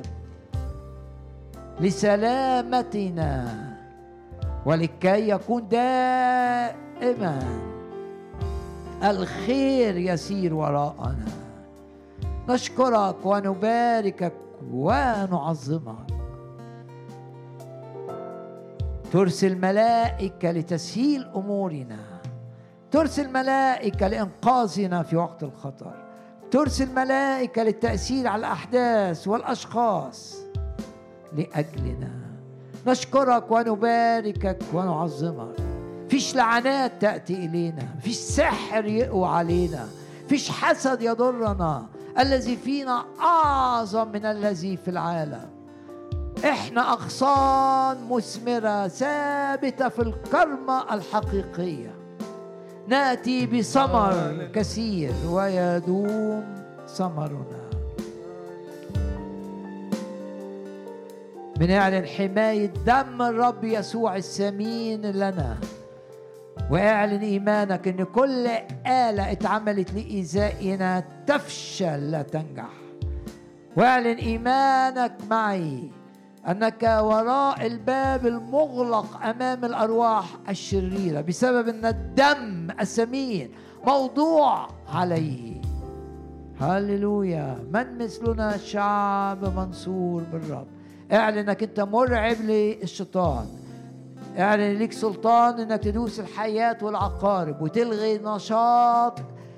لسلامتنا ولكي يكون دائما الخير يسير وراءنا. نشكرك ونباركك ونعظمك. ترسل ملائكة لتسهيل أمورنا، ترسل ملائكة لإنقاذنا في وقت الخطر، ترسل ملائكة للتأثير على الأحداث والأشخاص لأجلنا. نشكرك ونباركك ونعظمك. فيش لعنات تأتي إلينا، فيش سحر يقوى علينا، فيش حسد يضرنا. الذي فينا أعظم من الذي في العالم. إحنا أغصان مثمرة ثابتة في الكرمة الحقيقية، نأتي بثمر كثير ويدوم ثمرنا. بنعلن حماية دم الرب يسوع الثمين لنا، واعلن إيمانك إن كل آلة اتعملت لإيذائنا تفشل لا تنجح. واعلن إيمانك معي أنك وراء الباب المغلق أمام الأرواح الشريرة، بسبب أن الدم الثمين موضوع عليه. هللويا. من مثلنا شعب منصور بالرب. اعلن أنك أنت مرعب للشيطان، اعلن ليك سلطان أنك تدوس الحياة والعقارب وتلغي نشاط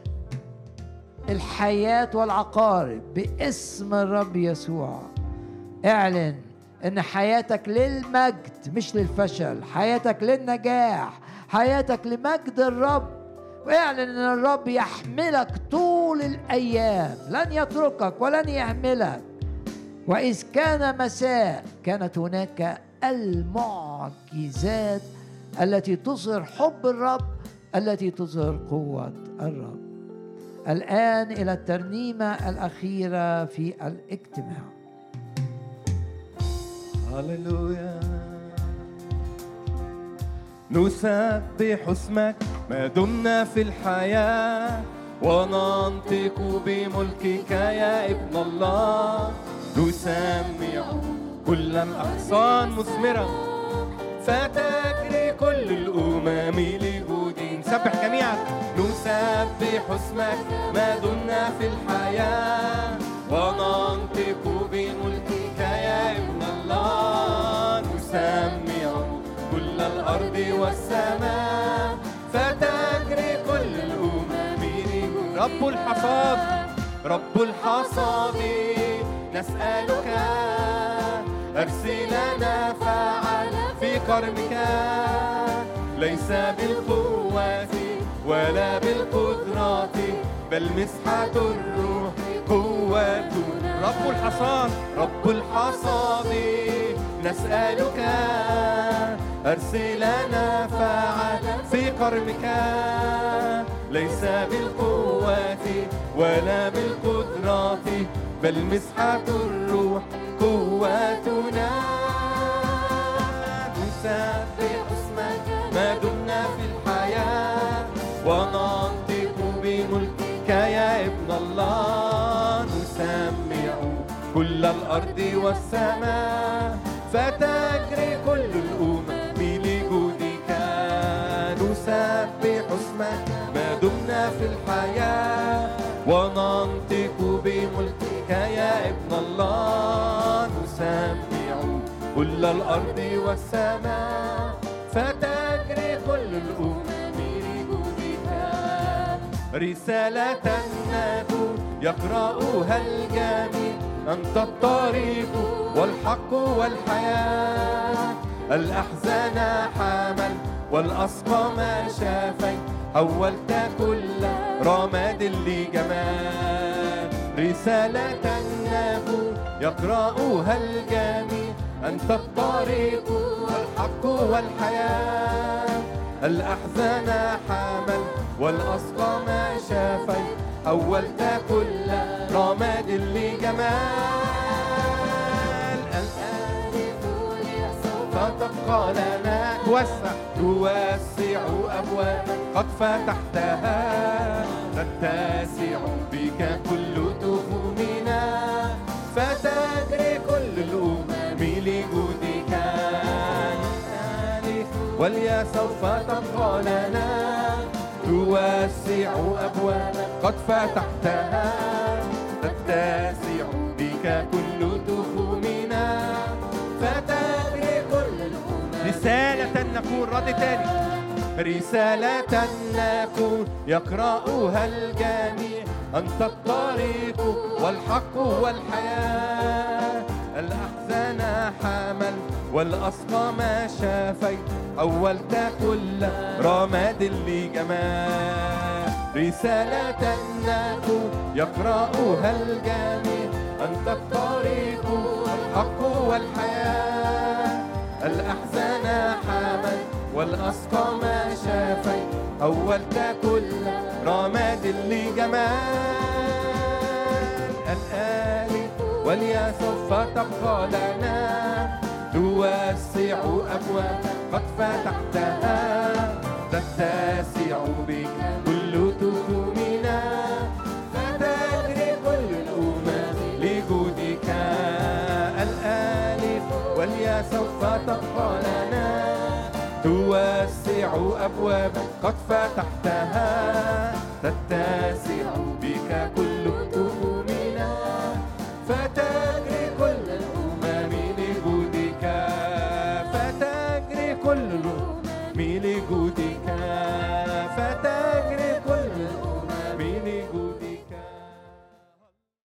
الحياة والعقارب باسم الرب يسوع. اعلن ان حياتك للمجد مش للفشل، حياتك للنجاح، حياتك لمجد الرب. واعلن ان الرب يحملك طول الايام، لن يتركك ولن يهملك. واذ كان مساء كانت هناك المعجزات التي تظهر حب الرب، التي تظهر قوة الرب. الآن إلى الترنيمة الأخيرة في الاجتماع. هللويا. نسبح اسمك ما دمنا في الحياة، وننطق بملكك يا ابن الله. نسمع كل الأغصان مثمرة، فتجري كل الأمم لجود. نسبح جميعا. نسبح اسمك ما دمنا في الحياة، وننطق بملكك يا ابن الله. نسمع كل الأرض والسماء فتجري كل الأمم لجودك. رب الحصاد رب الحصاد نسألك أرسل لنا فعل في كرمك ليس بالقوة ولا بالقدرات بل مسحة الروح قوتنا. رب الحصاد رب الحصاد نسألك أرسل لنا فعل في كرمك ليس بالقوة ولا بالقدرات بل مسحة الروح قوتنا. نسبح اسمك ما دمنا في الحياة وننطق بملكك يا ابن الله. نسمع كل الأرض والسماء فتجري كل الأمم لجودك. نسبح اسمك ما دمنا في الحياة وننطق بملكك يا ابن الله. نسمع كل الأرض والسماء فتجري كل الأمم لجودك. رسالة نكون يقرأها الجميع أنت الطريق والحق والحياة. الأحزان حمل والأسقام شافي حولت كل رماد لجمال. رسالة نكون يقرأها الجميع أنت الطريق والحق والحياة. الأحزان حمل والأسقام شافي حولت كل رماد لجمال. الآن سوف تبقى لنا توسع توسع أبواب قد فتحتها تتسع بك كل تخومنا فتجري كل الأمم لجودك. واليا سوف تبقى لنا توسع أبواب قد فتحتها تتسع بك كل تخومنا فتجري كل الأمم. رسالة نكون رد تاني. رسالة نكون يقرأها الجميع أنت الطريق والحق والحياة. الأحزان حمل والأسقام شافي حولت كل رماد لجمال. رسالة نكون يقرأها الجميع أنت الطريق والحق والحياة. الأحزان حمل والأسقام شافي حولت كل رماد لجمال. الآن واليا سوف تبقى لنا توسع أبواب قد فتحتها تتسع بك كل تخومنا فتجري كل الأمم لجودك. الآن واليا سوف تبقى لنا توسع أبواب قد فتحتها تتسع بك كل تخومنا فتجري كل الأمم لجودك. فتجري كل الأمم لجودك.